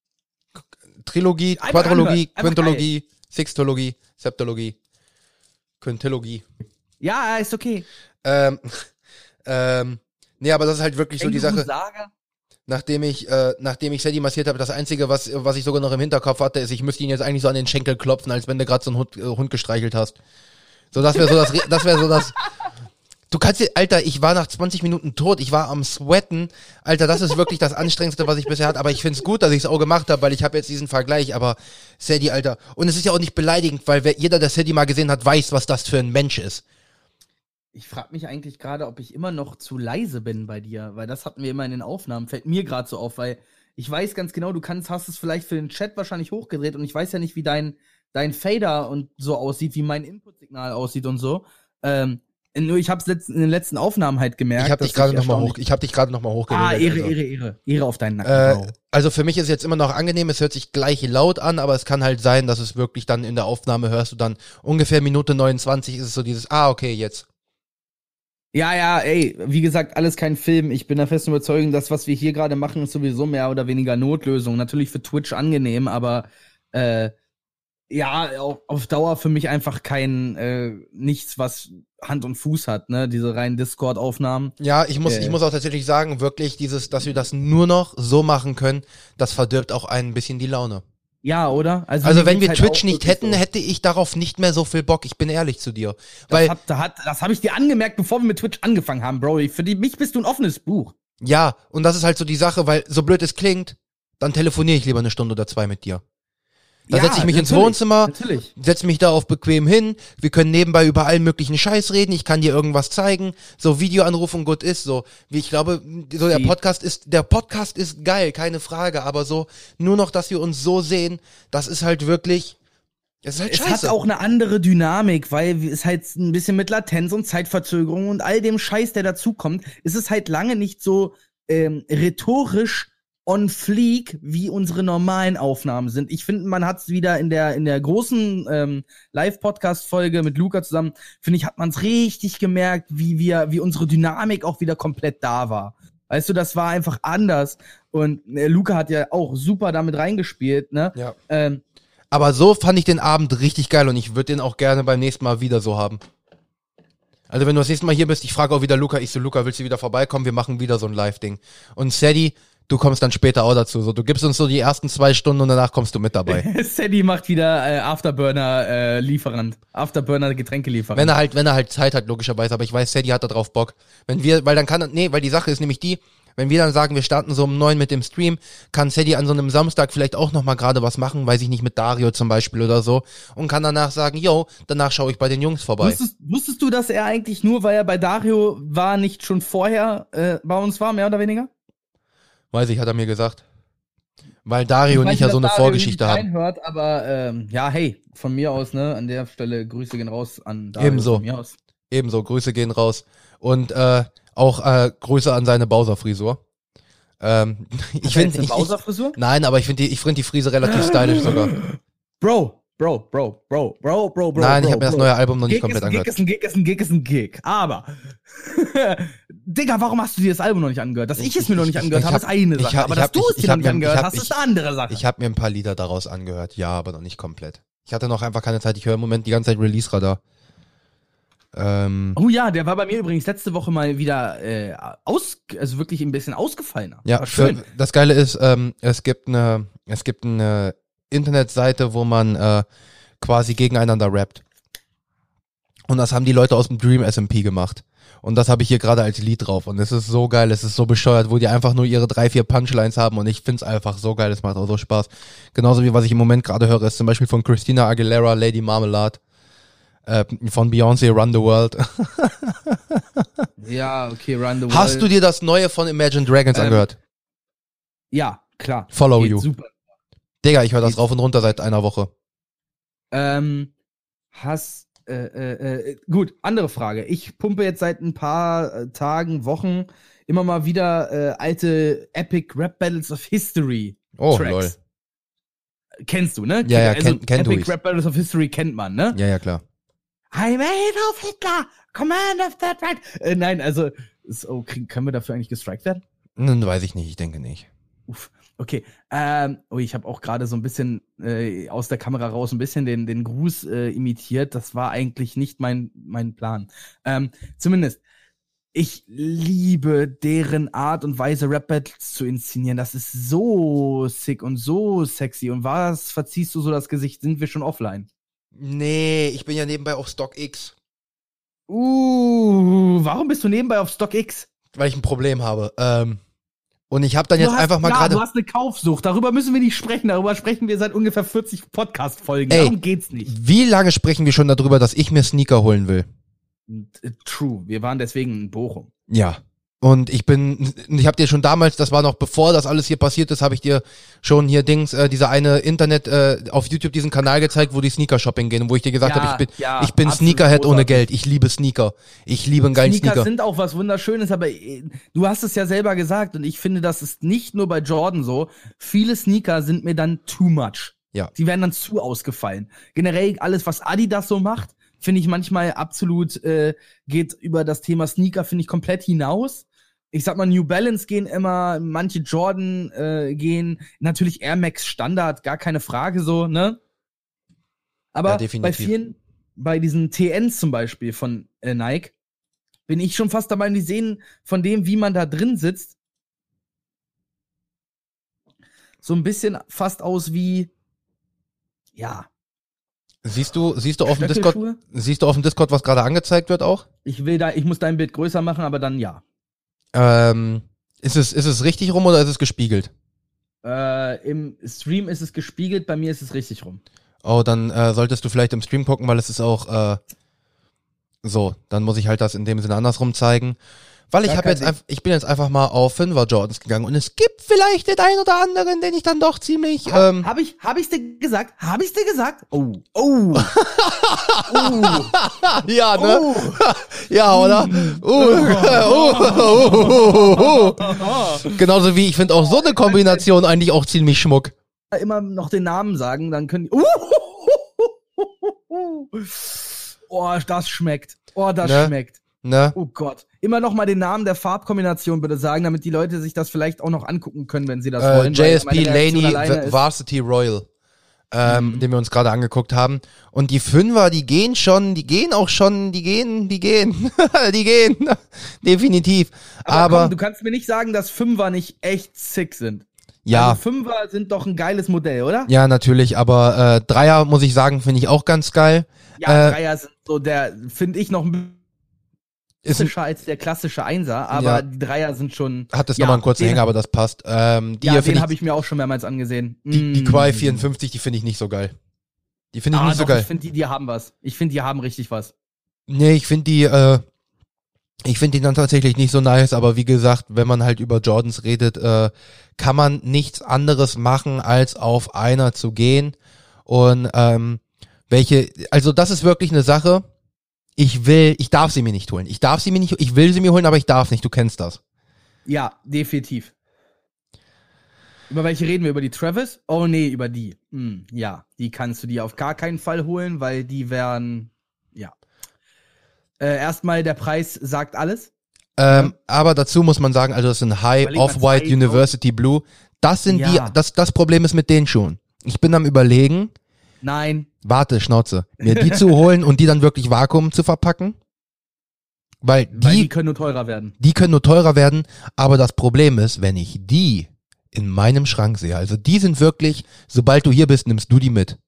Trilogie, Einfach Quadrologie, anhören. Einfach Quintologie, Sextologie, Septologie, Quintilogie. Ja, ist okay. Ähm, ähm, nee, aber das ist halt wirklich so die Sache. Känguru-Saga? Nachdem ich, äh, nachdem ich Sadie massiert habe, das Einzige, was, was ich sogar noch im Hinterkopf hatte, ist, ich müsste ihn jetzt eigentlich so an den Schenkel klopfen, als wenn du gerade so einen Hund, äh, Hund gestreichelt hast. So, das wäre so das, das wäre so das. Du kannst dir, Alter, ich war nach zwanzig Minuten tot, ich war am Sweaten. Alter, das ist wirklich das Anstrengendste, was ich bisher hatte. Aber ich find's gut, dass ich es auch gemacht habe, weil ich habe jetzt diesen Vergleich. Aber Sadie, Alter, und es ist ja auch nicht beleidigend, weil wer, jeder, der Sadie mal gesehen hat, weiß, was das für ein Mensch ist. Ich frage mich eigentlich gerade, ob ich immer noch zu leise bin bei dir, weil das hatten wir immer in den Aufnahmen. Fällt mir gerade so auf, weil ich weiß ganz genau, du kannst, hast es vielleicht für den Chat wahrscheinlich hochgedreht und ich weiß ja nicht, wie dein, dein Fader und so aussieht, wie mein Input-Signal aussieht und so. Ähm, nur ich habe es in den letzten Aufnahmen halt gemerkt. Ich habe dich dass gerade ich nochmal erstaunlich- hoch, ich habe dich gerade nochmal hochgeredet. Ah, Ehre, also. Ehre, Ehre. Ehre auf deinen Nacken. Äh, Wow. also für mich ist es jetzt immer noch angenehm, es hört sich gleich laut an, aber es kann halt sein, dass es wirklich dann in der Aufnahme hörst du dann ungefähr Minute neunundzwanzig ist es so dieses, ah, okay, jetzt. Ja, ja, ey, wie gesagt, alles kein Film. Ich bin der festen Überzeugung, das, was wir hier gerade machen, ist sowieso mehr oder weniger Notlösung. Natürlich für Twitch angenehm, aber äh, ja, auf, auf Dauer für mich einfach kein, äh, nichts, was Hand und Fuß hat, ne, diese reinen Discord-Aufnahmen. Ja, ich muss, Äh. ich muss auch tatsächlich sagen, wirklich dieses, dass wir das nur noch so machen können, das verdirbt auch ein bisschen die Laune. Ja, oder? Also mir wenn geht's wir halt Twitch auch nicht wirklich hätten, so. hätte ich darauf nicht mehr so viel Bock, ich bin ehrlich zu dir. Das Weil, hab, da hat, das habe ich dir angemerkt, bevor wir mit Twitch angefangen haben, Bro. Für die, mich bist du ein offenes Buch. ja, und das ist halt so die Sache, weil so blöd es klingt, dann telefoniere ich lieber eine Stunde oder zwei mit dir. Dann Ja, setze ich mich ins natürlich, Wohnzimmer, natürlich. setze mich da auf bequem hin, wir können nebenbei über allen möglichen Scheiß reden, ich kann dir irgendwas zeigen, so Videoanruf und gut ist, so, wie ich glaube, so der Sie- Podcast ist, der Podcast ist geil, keine Frage, aber so, nur noch, dass wir uns so sehen, das ist halt wirklich, es ist halt Es scheiße. hat auch eine andere Dynamik, weil es halt ein bisschen mit Latenz und Zeitverzögerung und all dem Scheiß, der dazukommt, ist es halt lange nicht so ähm, rhetorisch on fleek, wie unsere normalen Aufnahmen sind. Ich finde, man hat es wieder in der in der großen ähm, Live-Podcast-Folge mit Luca zusammen, finde ich, hat man es richtig gemerkt, wie wir, wie unsere Dynamik auch wieder komplett da war. Weißt du, das war einfach anders. Und äh, Luca hat ja auch super damit reingespielt, ne? Ja. Ähm, Aber so fand ich den Abend richtig geil und ich würde den auch gerne beim nächsten Mal wieder so haben. Also wenn du das nächste Mal hier bist, ich frage auch wieder Luca, ich so, Luca, willst du wieder vorbeikommen? Wir machen wieder so ein Live-Ding. Und Sadie, du kommst dann später auch dazu. So, du gibst uns so die ersten zwei Stunden und danach kommst du mit dabei. Sadie macht wieder äh, Afterburner-Lieferant. Äh, Afterburner-Getränkelieferant. Wenn er halt, wenn er halt Zeit hat, logischerweise, aber ich weiß, Sadie hat da drauf Bock. Wenn wir, weil dann kann, nee, weil die Sache ist nämlich die, wenn wir dann sagen, wir starten so um neun mit dem Stream, kann Sadie an so einem Samstag vielleicht auch nochmal gerade was machen, weiß ich nicht, mit Dario zum Beispiel oder so, und kann danach sagen, yo, danach schaue ich bei den Jungs vorbei. Wusstest, wusstest du, dass er eigentlich nur, weil er bei Dario war, nicht schon vorher äh, bei uns war, mehr oder weniger? Weiß ich, hat er mir gesagt. Weil Dario und weiß ich ja nicht, so ob eine Dario Vorgeschichte nicht haben. reinhört, aber ähm, ja, hey, von mir aus, ne, an der Stelle Grüße gehen raus an Dario. Ebenso. Von mir aus. Ebenso, Grüße gehen raus. Und äh, auch äh, Grüße an seine Bowser-Frisur. Ähm, ich Hat er finde jetzt eine ich, ich, Bowser-Frisur? Nein, aber ich finde die, ich finde die Frise relativ stylisch sogar. Bro, Bro, Bro, Bro, Bro, Bro, Bro. Nein, Bro, ich habe mir das Bro. neue Album noch nicht Gig komplett ist ein angehört. Gig ist ein Gig ist ein Gig ist ein Gig. Aber, Digga, warum hast du dir das Album noch nicht angehört? Dass ich es mir noch nicht Ich- ich- angehört ich habe, hab- ist eine ich Sache. hab- Aber ich dass hab- du ich- es ich dir noch hab nicht mir- angehört ich hab- hast, ist ich- eine andere Sache. Ich habe mir ein paar Lieder daraus angehört, ja, aber noch nicht komplett. Ich hatte noch einfach keine Zeit. Ich höre im Moment die ganze Zeit Release-Radar. Ähm, Oh ja, der war bei mir übrigens letzte Woche mal wieder äh, aus, also wirklich ein bisschen ausgefallener. ja, War schön. für, das Geile ist, ähm, es gibt eine, es gibt eine Internetseite, wo man äh, quasi gegeneinander rappt. Und das haben die Leute aus dem Dream S M P gemacht. Und das habe ich hier gerade als Lied drauf. Und es ist so geil, es ist so bescheuert, wo die einfach nur ihre drei, vier Punchlines haben. Und ich find's einfach so geil, es macht auch so Spaß. Genauso wie was ich im Moment gerade höre, ist zum Beispiel von Christina Aguilera, Lady Marmalade. Äh, von Beyoncé, Run the World. Ja, okay, Run the World. Hast du dir das neue von Imagine Dragons Ähm, angehört? Ja, klar. Follow Geht You. Super. Digga, ich höre das geht- rauf und runter seit einer Woche. Ähm, hast, äh, äh, äh, gut, andere Frage. Ich pumpe jetzt seit ein paar äh, Tagen, Wochen immer mal wieder äh, alte Epic Rap Battles of History Oh, Tracks. lol. Kennst du, ne? Ja, ja, also, kenn- kenn du Epic ich. Rap Battles of History kennt man, ne? Ja, ja, klar. I made of Hitler, command of that right. Äh, nein, also, ist, oh, krieg, können wir dafür eigentlich gestrikt werden? Hm, weiß ich nicht, ich denke nicht. Uff, okay. Ähm, oh, ich habe auch gerade so ein bisschen äh, aus der Kamera raus ein bisschen den, den Gruß äh, imitiert. Das war eigentlich nicht mein, mein Plan. Ähm, zumindest, ich liebe deren Art und Weise, Rap-Battles zu inszenieren. Das ist so sick und so sexy. Und was verziehst du so das Gesicht? Sind wir schon offline? Nee, ich bin ja nebenbei auf StockX, Uh, warum bist du nebenbei auf StockX? weil ich ein Problem habe. Ähm, und ich habe dann jetzt Du hast, einfach mal ja, gerade... du hast eine Kaufsucht. Darüber müssen wir nicht sprechen. Darüber sprechen wir seit ungefähr vierzig Podcast-Folgen. Ey. Darum geht's nicht. Wie lange sprechen wir schon darüber, dass ich mir Sneaker holen will? Äh, True. Wir waren deswegen in Bochum. Ja. Und ich bin, ich habe dir schon damals, das war noch bevor das alles hier passiert ist, habe ich dir schon hier Dings, äh, diese eine Internet, äh, auf YouTube diesen Kanal gezeigt, wo die Sneaker-Shopping gehen und wo ich dir gesagt Ja, habe, ich bin, ja, ich bin absolut Sneakerhead ohne großartig. Geld. Ich liebe Sneaker. Ich liebe einen geilen Sneaker Sneaker. sind auch was Wunderschönes, aber äh, du hast es ja selber gesagt und ich finde, das ist nicht nur bei Jordan so. Viele Sneaker sind mir dann too much. Ja. Die werden dann zu ausgefallen. Generell alles, was Adidas so macht, finde ich manchmal absolut, äh, geht über das Thema Sneaker, finde ich, komplett hinaus. Ich sag mal, New Balance gehen immer, manche Jordan äh, gehen, natürlich Air Max Standard, gar keine Frage so, ne? Aber Ja, bei definitiv. vielen, bei diesen T Ns zum Beispiel von äh, Nike, bin ich schon fast dabei, die sehen von dem, wie man da drin sitzt, so ein bisschen fast aus wie, ja, Siehst du, siehst du auf dem Discord, Stöckelschuhe. siehst du auf dem Discord, was gerade angezeigt wird auch? Ich will da, ich muss dein Bild größer machen, aber dann ja. Ähm, ist es, ist es richtig rum oder ist es gespiegelt? Äh, Im Stream ist es gespiegelt, bei mir ist es richtig rum. Oh, dann äh, solltest du vielleicht im Stream gucken, weil es ist auch äh, so. Dann muss ich halt das in dem Sinne andersrum zeigen. Weil ich Ja, habe kein jetzt Ding. einfach, ich bin jetzt einfach mal auf Fünfer Jordans gegangen und es gibt vielleicht den einen oder anderen, den ich dann doch ziemlich. Ha, Ähm, hab ich, hab ich's dir gesagt? Hab ich's dir gesagt? Oh, oh, oh, ja, ne? oh. Ja, oder? Uh, uh, uh, uh, uh. Genauso wie ich finde auch so eine Kombination eigentlich auch ziemlich schmuck. Immer noch den Namen sagen, dann können die. Oh, das schmeckt. Oh, das Ne? schmeckt. Ne? Oh Gott. Immer noch mal den Namen der Farbkombination bitte sagen, damit die Leute sich das vielleicht auch noch angucken können, wenn sie das Äh, wollen. weil J S B meine Reaktion Laney alleine V- ist- Varsity Royal, ähm, Mhm. den wir uns gerade angeguckt haben. Und die Fünfer, die gehen schon, die gehen auch schon, die gehen, die gehen, die gehen, definitiv. Aber, Aber, komm, du kannst mir nicht sagen, dass Fünfer nicht echt sick sind. ja, Also Fünfer sind doch ein geiles Modell, oder? ja, natürlich. Aber äh, Dreier, muss ich sagen, finde ich auch ganz geil. Ja, Äh, Dreier sind so der, finde ich noch ein bisschen Ist ein, klassischer als der klassische Einser, aber Ja. die Dreier sind schon. hat jetzt ja, nochmal einen kurzen den- Hänger, aber das passt. Ähm, die Ja, hier den finde habe ich, ich mir auch schon mehrmals angesehen. die, die Mm. Quai vierundfünfzig, die finde ich nicht so geil. Die finde ich Ah, nicht so doch, geil. ich finde, die, die haben was. Ich finde, die haben richtig was. Nee, ich finde die, äh, ich finde die dann tatsächlich nicht so nice, aber wie gesagt, wenn man halt über Jordans redet, äh, kann man nichts anderes machen, als auf einer zu gehen. Und ähm, welche, also das ist wirklich eine Sache, ich will, ich darf sie mir nicht holen. Ich darf sie mir nicht, ich will sie mir holen, aber ich darf nicht, du kennst das. Ja, definitiv. Über welche reden wir? Über die Travis? Oh nee, über die. Hm, ja, die kannst du dir auf gar keinen Fall holen, weil die wären, ja. Äh, erstmal, der Preis sagt alles. Ähm, aber dazu muss man sagen, also das sind High Überleg mal, Off-White zwei University Blue. Das sind Ja. die, das, das Problem ist mit den Schuhen. Ich bin am überlegen, Nein. warte, Schnauze, mir die zu holen und die dann wirklich Vakuum zu verpacken. Weil die, Weil die die, können nur teurer werden. können nur teurer werden, aber das Problem ist, wenn ich die in meinem Schrank sehe, also die sind wirklich, sobald du hier bist, nimmst du die mit.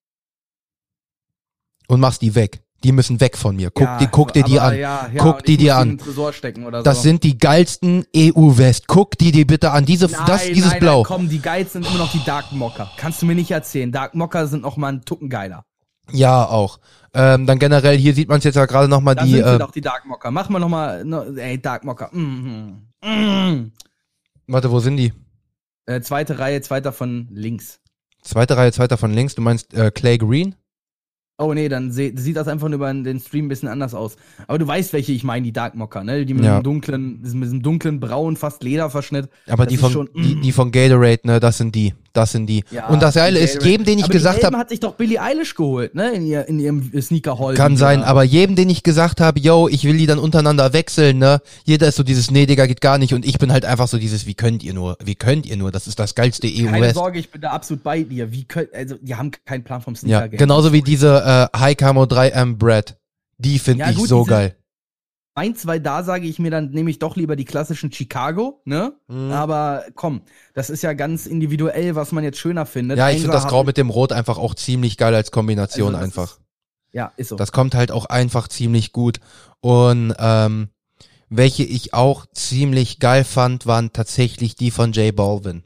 Und machst die weg. Die müssen weg von mir. Guck, Ja, die, guck dir die aber an. Ja, ja, Guck und die ich dir muss an. in den Tresor stecken oder Das so. sind die geilsten E U-West. Guck die dir bitte an. Diese, Nein, das, dieses nein, Blau. Nein, komm, die Geiz sind immer noch die Dark Mocker. Kannst du mir nicht erzählen. Dark Mocker sind noch mal ein Tucken geiler. Ja, auch. Ähm, dann generell, hier sieht man es jetzt ja gerade nochmal Da die, sind sie äh, doch die Dark Mocker. Mach mal noch mal, no, ey, Dark Mocker. Mhm. Mhm. warte, wo sind die? Äh, zweite Reihe, zweiter von links. Zweite Reihe, zweiter von links. Du meinst äh, Clay Green? Oh nee, dann seh, sieht das einfach nur über den Stream ein bisschen anders aus. Aber du weißt, welche ich meine, die Dark Mocker, ne? Die mit Ja. dem dunklen, mit diesem dunklen braun, fast Lederverschnitt. Aber Das die ist von, schon, die, mm. die von Gatorade, ne, das sind die. Das sind die. Ja, Und das Geile die ist, Gatorade. jedem, den ich aber gesagt die gelben habe, hat sich doch Billie Eilish geholt, ne? In, ihr, in ihrem Sneaker Hall. kann sein, aber jedem, den ich gesagt habe, yo, ich will die dann untereinander wechseln, ne, jeder ist so dieses, nee, Digga, geht gar nicht. Und ich bin halt einfach so dieses, wie könnt ihr nur, wie könnt ihr nur, das ist das geilste E U Keine West. Sorge, ich bin da absolut bei dir. Wie könnt, also, die haben keinen Plan vom Ja, Sneaker-Game. genauso wie diese äh, High Camo drei M Bread. Die finde Ja, ich gut, so die sind- geil. Eins, zwei, da sage ich mir, dann nehme ich doch lieber die klassischen Chicago, ne? Mhm. Aber komm, das ist ja ganz individuell, was man jetzt schöner findet. Ja, ich finde Einser das Grau hab- mit dem Rot einfach auch ziemlich geil als Kombination Also das einfach. ist- Ja, ist so. Das kommt halt auch einfach ziemlich gut. Und ähm, welche ich auch ziemlich geil fand, waren tatsächlich die von J Balvin.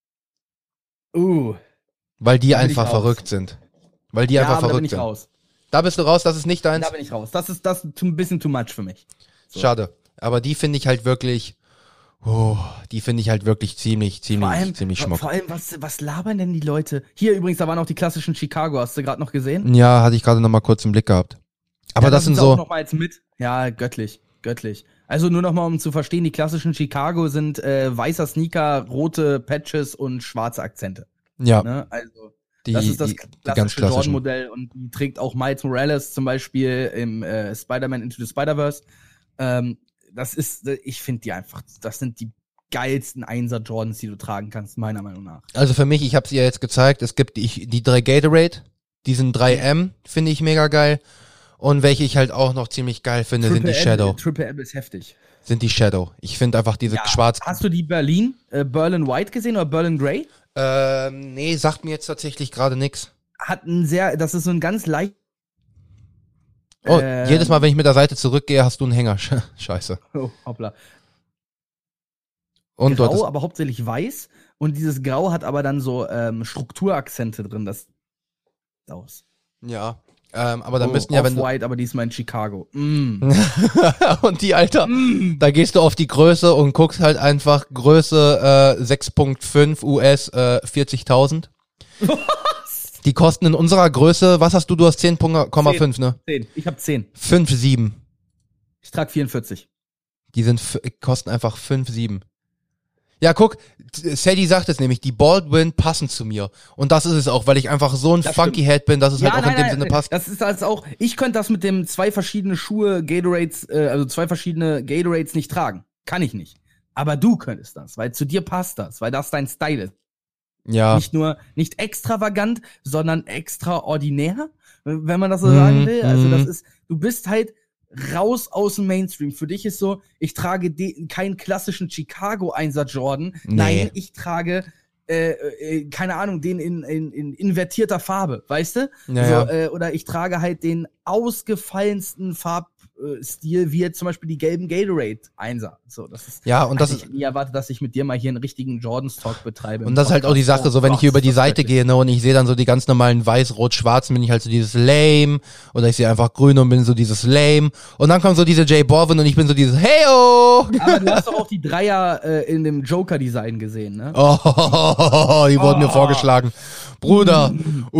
uh, Weil die Da bin ich einfach raus. verrückt sind. Weil die ja, einfach aber da bin verrückt ich sind. raus. Da bist du raus, das ist nicht deins. Da bin ich raus. Das ist das ist ein bisschen too much für mich. So. Schade. Aber die finde ich halt wirklich, oh, die finde ich halt wirklich ziemlich, ziemlich, Vor allem, ziemlich schmuck. vor allem was, was labern denn die Leute? Hier übrigens, da waren auch die klassischen Chicago, hast du gerade noch gesehen? Ja, hatte ich gerade noch mal kurz im Blick gehabt. Aber ja, das sind sie auch so, noch mal jetzt mit. Ja, göttlich, göttlich. Also nur noch mal, um zu verstehen, die klassischen Chicago sind äh, weißer Sneaker, rote Patches und schwarze Akzente. ja, Ne? Also die, das ist das die, die ganz klassische klassischen. Jordan-Modell und die trägt auch Miles Morales zum Beispiel im äh, Spider-Man Into the Spider-Verse. Ähm, das ist, äh, ich finde die einfach, das sind die geilsten Einser-Jordans, die du tragen kannst, meiner Meinung nach. Also für mich, ich habe es ihr jetzt gezeigt, es gibt die, die drei Gatorade, diesen drei M finde ich mega geil. Und welche ich halt auch noch ziemlich geil finde, Triple sind die M, Shadow. Triple M ist heftig. Sind die Shadow. Ich finde einfach diese ja. schwarz... Hast du die Berlin, äh, Berlin White gesehen oder Berlin Grey? Ähm, nee, sagt mir jetzt tatsächlich gerade nix. Hat ein sehr, das ist so ein ganz leicht... Oh, ähm, jedes Mal, wenn ich mit der Seite zurückgehe, hast du einen Hänger. Scheiße. Oh, hoppla. Und Grau, dort aber hauptsächlich weiß. Und dieses Grau hat aber dann so ähm, Strukturakzente drin. Das aus. Ja. Ähm, aber dann oh, müssten ja, wenn du... White, aber diesmal in Chicago. Mm. Und die, Alter, mm. da gehst du auf die Größe und guckst halt einfach Größe äh, sechs Komma fünf U S äh, vierzigtausend. Was? Die kosten in unserer Größe, was hast du? Du hast zehn Komma fünf, ne? zehn. Ich hab zehn. fünf Komma sieben. Ich trag vierundvierzig. Die sind kosten einfach fünf Komma sieben. Ja, guck, Sadie sagt es nämlich, die Baldwin passen zu mir. Und das ist es auch, weil ich einfach so ein das funky stimmt. Head bin, dass es ja, halt auch nein, in dem nein, Sinne passt. Das ist also auch, ich könnte das mit dem zwei verschiedene Schuhe Gatorades, äh, also zwei verschiedene Gatorades nicht tragen. Kann ich nicht. Aber du könntest das, weil zu dir passt das, weil das dein Style ist. Ja. Nicht nur, nicht extravagant, sondern extraordinär, wenn man das so sagen will. Also das ist, du bist halt raus aus dem Mainstream. Für dich ist so, ich trage de- keinen klassischen Chicago-Einsatz Jordan. Nee. Nein, ich trage, äh, äh, keine Ahnung, den in, in, in invertierter Farbe, weißt du? Ja, so, ja. äh, oder ich trage halt den ausgefallensten Farbstil, wie jetzt zum Beispiel die gelben Gatorade-Einser. So, das ist, Ja, und das ich nie erwartet, dass ich mit dir mal hier einen richtigen Jordans-Talk betreibe. Und das ist halt auch die Sache, so wenn ich hier über die Seite gehe, ne, und ich sehe dann so die ganz normalen weiß, rot, schwarz, bin ich halt so dieses Lame, oder ich sehe einfach grün und bin so dieses Lame, und dann kommt so diese Jay Borwin und ich bin so dieses Heyo! Aber du hast doch auch die Dreier äh, in dem Joker-Design gesehen, ne? Oh, die wurden Oh. mir vorgeschlagen. Bruder.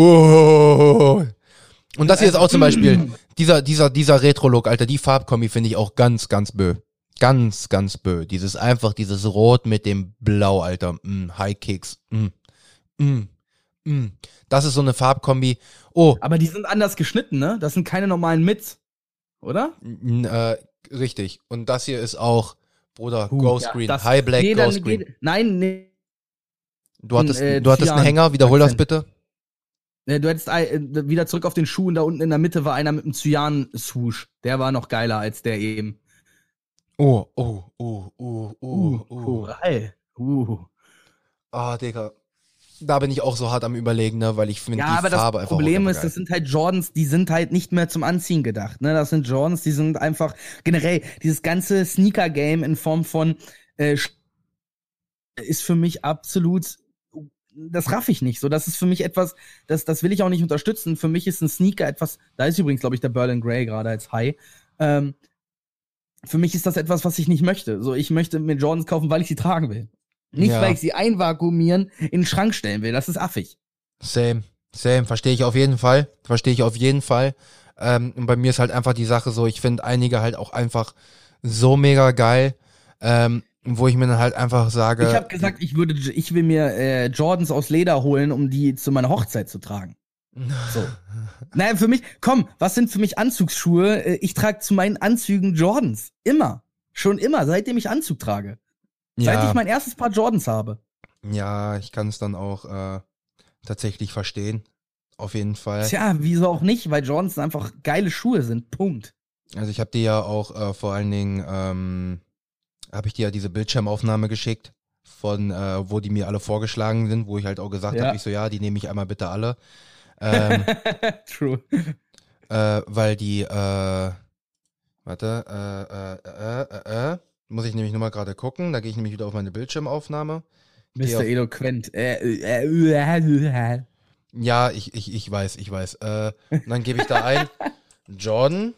Oh. Und das hier ist auch zum Beispiel, dieser, dieser, dieser Retro-Look, Alter, die Farbkombi finde ich auch ganz, ganz bö. Ganz, ganz bö. Dieses einfach, dieses Rot mit dem Blau, Alter. Mm, High Kicks. Mm, mm, mm. Das ist so eine Farbkombi. Oh. Aber die sind anders geschnitten, ne? Das sind keine normalen Mits, oder? N, äh, richtig. Und das hier ist auch, Bruder, Uh, Ghost ja, Green. das- High Black, Nee, dann Ghost Green. geht- Nein, nee. Du hattest, äh, du hattest einen Cyan. Hänger, wiederhol das Akzent. bitte. Äh, Du hättest äh, wieder zurück auf den Schuh und da unten in der Mitte war einer mit einem Cyan-Swoosh. Der war noch geiler als der eben. Oh, oh, oh, oh, oh, oh. Koral. Uh. Ah, Digga. Da bin ich auch so hart am Überlegen, ne, weil ich finde Ja, die aber Farbe das einfach Problem auch ist, geil. das sind halt Jordans, die sind halt nicht mehr zum Anziehen gedacht. Ne? Das sind Jordans, die sind einfach generell dieses ganze Sneaker-Game in Form von äh, ist für mich absolut, das raff ich nicht. So, das ist für mich etwas, das, das will ich auch nicht unterstützen. Für mich ist ein Sneaker etwas, da ist übrigens, glaube ich, der Berlin Grey gerade als High. Ähm, für mich ist das etwas, was ich nicht möchte. So, ich möchte mir Jordans kaufen, weil ich sie tragen will. Nicht, Ja. weil ich sie einvakuumieren, in den Schrank stellen will. Das ist affig. Same, same, verstehe ich auf jeden Fall. Verstehe ich auf jeden Fall. Ähm, und bei mir ist halt einfach die Sache so, ich finde einige halt auch einfach so mega geil, ähm, wo ich mir dann halt einfach sage. Ich habe gesagt, ich würde, ich will mir äh, Jordans aus Leder holen, um die zu meiner Hochzeit zu tragen. So. Naja, für mich, komm, was sind für mich Anzugsschuhe? Äh, Ich trage zu meinen Anzügen Jordans. Immer. Schon immer, seitdem ich Anzug trage. Seit ja, ich mein erstes Paar Jordans habe. ja, ich kann es dann auch äh, tatsächlich verstehen. Auf jeden Fall. Tja, wieso auch nicht? Weil Jordans einfach geile Schuhe sind. Punkt. Also ich habe dir ja auch äh, vor allen Dingen, ähm, habe ich dir ja diese Bildschirmaufnahme geschickt, von äh, wo die mir alle vorgeschlagen sind, wo ich halt auch gesagt Ja. habe, ich so, ja, die nehme ich einmal bitte alle. Ähm, True. äh, weil die, äh, warte, äh, äh, äh, äh, äh, muss ich nämlich nochmal gerade gucken, da gehe ich nämlich wieder auf meine Bildschirmaufnahme. Geh Mister auf- Eloquent. Äh, äh, äh, äh. Ja, ich, ich, ich weiß, ich weiß. Äh, und dann gebe ich da ein, Jordan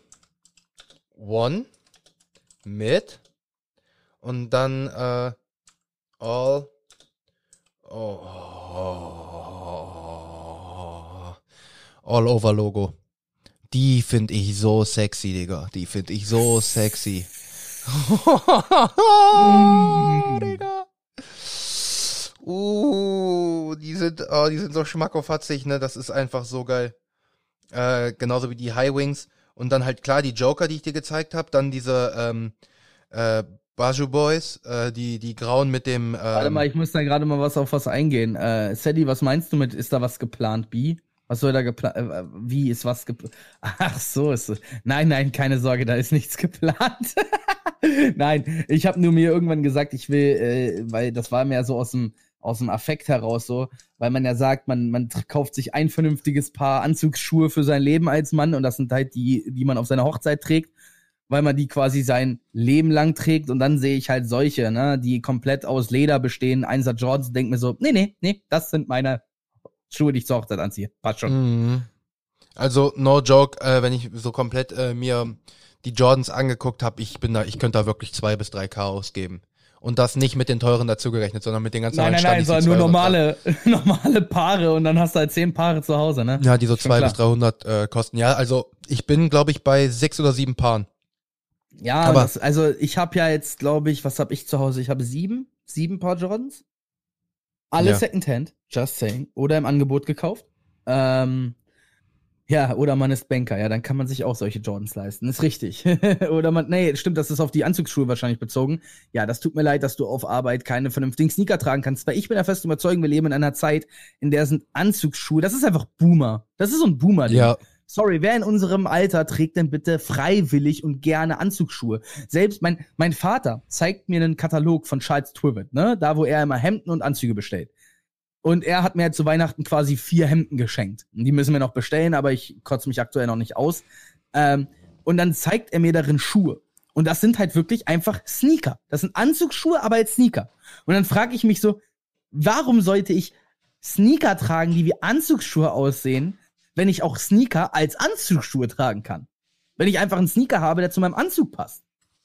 One mit und dann äh, All oh, All Over Logo. Die finde ich so sexy, Digga. Die finde ich so sexy. Digga. Uh, die sind, oh, die sind so schmackofatzig, ne? Das ist einfach so geil. Äh, genauso wie die High Wings. Und dann halt klar die Joker, die ich dir gezeigt habe. Dann diese ähm, äh, Baju Boys, äh, die, die grauen mit dem. Ähm, Warte mal, ich muss da gerade mal was auf was eingehen. Äh, Sadie, was meinst du mit, ist da was geplant, B? Was soll da geplant? Äh, wie ist was geplant? Ach so, ist es. Nein, nein, keine Sorge, da ist nichts geplant. Nein, ich habe nur mir irgendwann gesagt, ich will, äh, weil das war mir ja so aus dem aus dem Affekt heraus so, weil man ja sagt, man man tr- kauft sich ein vernünftiges Paar Anzugsschuhe für sein Leben als Mann und das sind halt die, die man auf seiner Hochzeit trägt, weil man die quasi sein Leben lang trägt und dann sehe ich halt solche, ne, die komplett aus Leder bestehen, Einser Jordans, denk mir so, nee, nee, nee, das sind meine Schuhe, die ich zur Hochzeit anziehe. Passt schon. Mhm. Also, no joke, äh, wenn ich so komplett äh, mir die Jordans angeguckt habe, ich bin da, ich könnte da wirklich zwei bis drei K ausgeben. Und das nicht mit den teuren dazugerechnet, sondern mit den ganz Nein, nein, nein, sondern nur normale, normale Paare und dann hast du halt zehn Paare zu Hause, ne? Ja, die so Schon zwei klar. bis dreihundert äh, kosten. Ja, also ich bin, glaube ich, bei sechs oder sieben Paaren. Ja, Aber- das, also ich habe ja jetzt, glaube ich, was habe ich zu Hause? Ich habe sieben, sieben Paar Jordans. Alle Ja. Secondhand, just saying. Oder im Angebot gekauft. Ähm, ja, oder man ist Banker, ja, dann kann man sich auch solche Jordans leisten, ist richtig. Oder man, nee, stimmt, das ist auf die Anzugsschuhe wahrscheinlich bezogen. Ja, das tut mir leid, dass du auf Arbeit keine vernünftigen Sneaker tragen kannst, weil ich bin der festen Überzeugung, wir leben in einer Zeit, in der sind Anzugsschuhe, das ist einfach Boomer. Das ist so ein Boomer-Ding. Ja, Sorry, wer in unserem Alter trägt denn bitte freiwillig und gerne Anzugsschuhe? Selbst mein, mein Vater zeigt mir einen Katalog von Charles Twivet, ne? Da, wo er immer Hemden und Anzüge bestellt. Und er hat mir zu Weihnachten quasi vier Hemden geschenkt. Die müssen wir noch bestellen, aber ich kotze mich aktuell noch nicht aus. Ähm, und dann zeigt er mir darin Schuhe. Und das sind halt wirklich einfach Sneaker. Das sind Anzugsschuhe, aber als Sneaker. Und dann frage ich mich so, warum sollte ich Sneaker tragen, die wie Anzugsschuhe aussehen, wenn ich auch Sneaker als Anzugsschuhe tragen kann? Wenn ich einfach einen Sneaker habe, der zu meinem Anzug passt.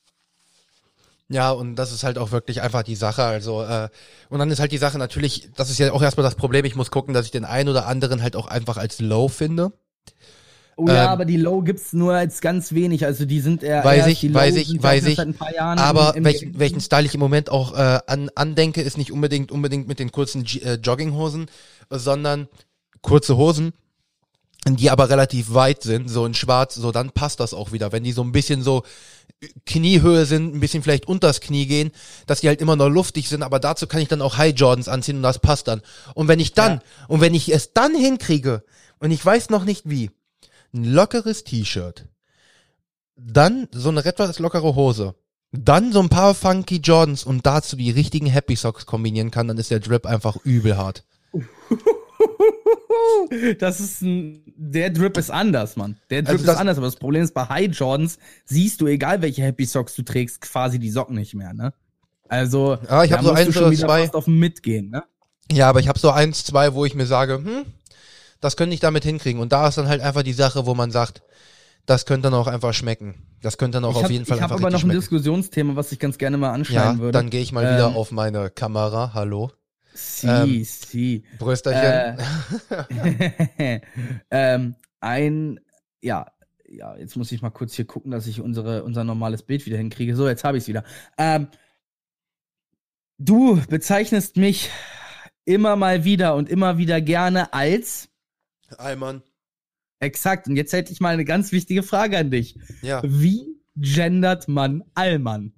ja, und das ist halt auch wirklich einfach die Sache, also, äh, und dann ist halt die Sache natürlich, das ist ja auch erstmal das Problem, ich muss gucken, dass ich den einen oder anderen halt auch einfach als low finde. Oh ja, Ähm, aber die Low gibt's nur als ganz wenig. Also die sind eher Weiß erst, ich, die weiß Low ich, sind weiß erst ich. seit ein paar Jahren Aber im, im welchen, welchen Style ich im Moment auch äh, an, andenke, ist nicht unbedingt unbedingt mit den kurzen G äh, Jogginghosen, äh, sondern kurze Hosen, die aber relativ weit sind, so in schwarz, so dann passt das auch wieder. Wenn die so ein bisschen so Kniehöhe sind, ein bisschen vielleicht unters Knie gehen, dass die halt immer noch luftig sind, aber dazu kann ich dann auch High Jordans anziehen und das passt dann. Und wenn ich dann, Ja. und wenn ich es dann hinkriege, und ich weiß noch nicht wie, ein lockeres T-Shirt, dann so eine etwas lockere Hose, dann so ein paar funky Jordans und dazu die richtigen Happy Socks kombinieren kann, dann ist der Drip einfach übel hart. Das ist ein, der Drip ist anders, Mann. Der Drip Also das- ist anders, aber das Problem ist, bei High Jordans siehst du, egal welche Happy Socks du trägst, quasi die Socken nicht mehr, ne? Also, Ja, ich da hab so musst du eins schon oder wieder zwei. fast auf den Mitgehen, ne? Ja, aber ich habe so eins, zwei, wo ich mir sage, hm, das könnte ich damit hinkriegen. Und da ist dann halt einfach die Sache, wo man sagt, das könnte dann auch einfach schmecken. Das könnte dann auch Ich auf hab, jeden Fall ich hab einfach aber noch richtig ein schmecken. Diskussionsthema, was ich ganz gerne mal Ja, anschneiden würde. dann gehe ich mal wieder Ähm, auf meine Kamera. Hallo. Si, ähm, si. Brüsterchen. Äh, ähm, ein, ja, ja, jetzt muss ich mal kurz hier gucken, dass ich unsere, unser normales Bild wieder hinkriege. So, jetzt habe ich es wieder. Ähm, du bezeichnest mich immer mal wieder und immer wieder gerne als Alman. exakt. Und jetzt hätte ich mal eine ganz wichtige Frage an dich. Ja. Wie gendert man Allmann?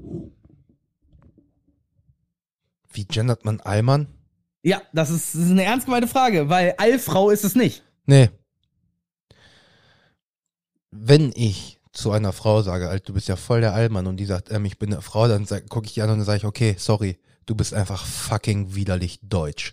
Wie gendert man Alman? Ja, das ist, das ist eine ernst gemeinte Frage, weil Allfrau ist es nicht. Nee. Wenn ich zu einer Frau sage, Alter, du bist ja voll der Allmann und die sagt, ähm, ich bin eine Frau, dann gucke ich die an und dann sage ich, okay, sorry, du bist einfach fucking widerlich deutsch.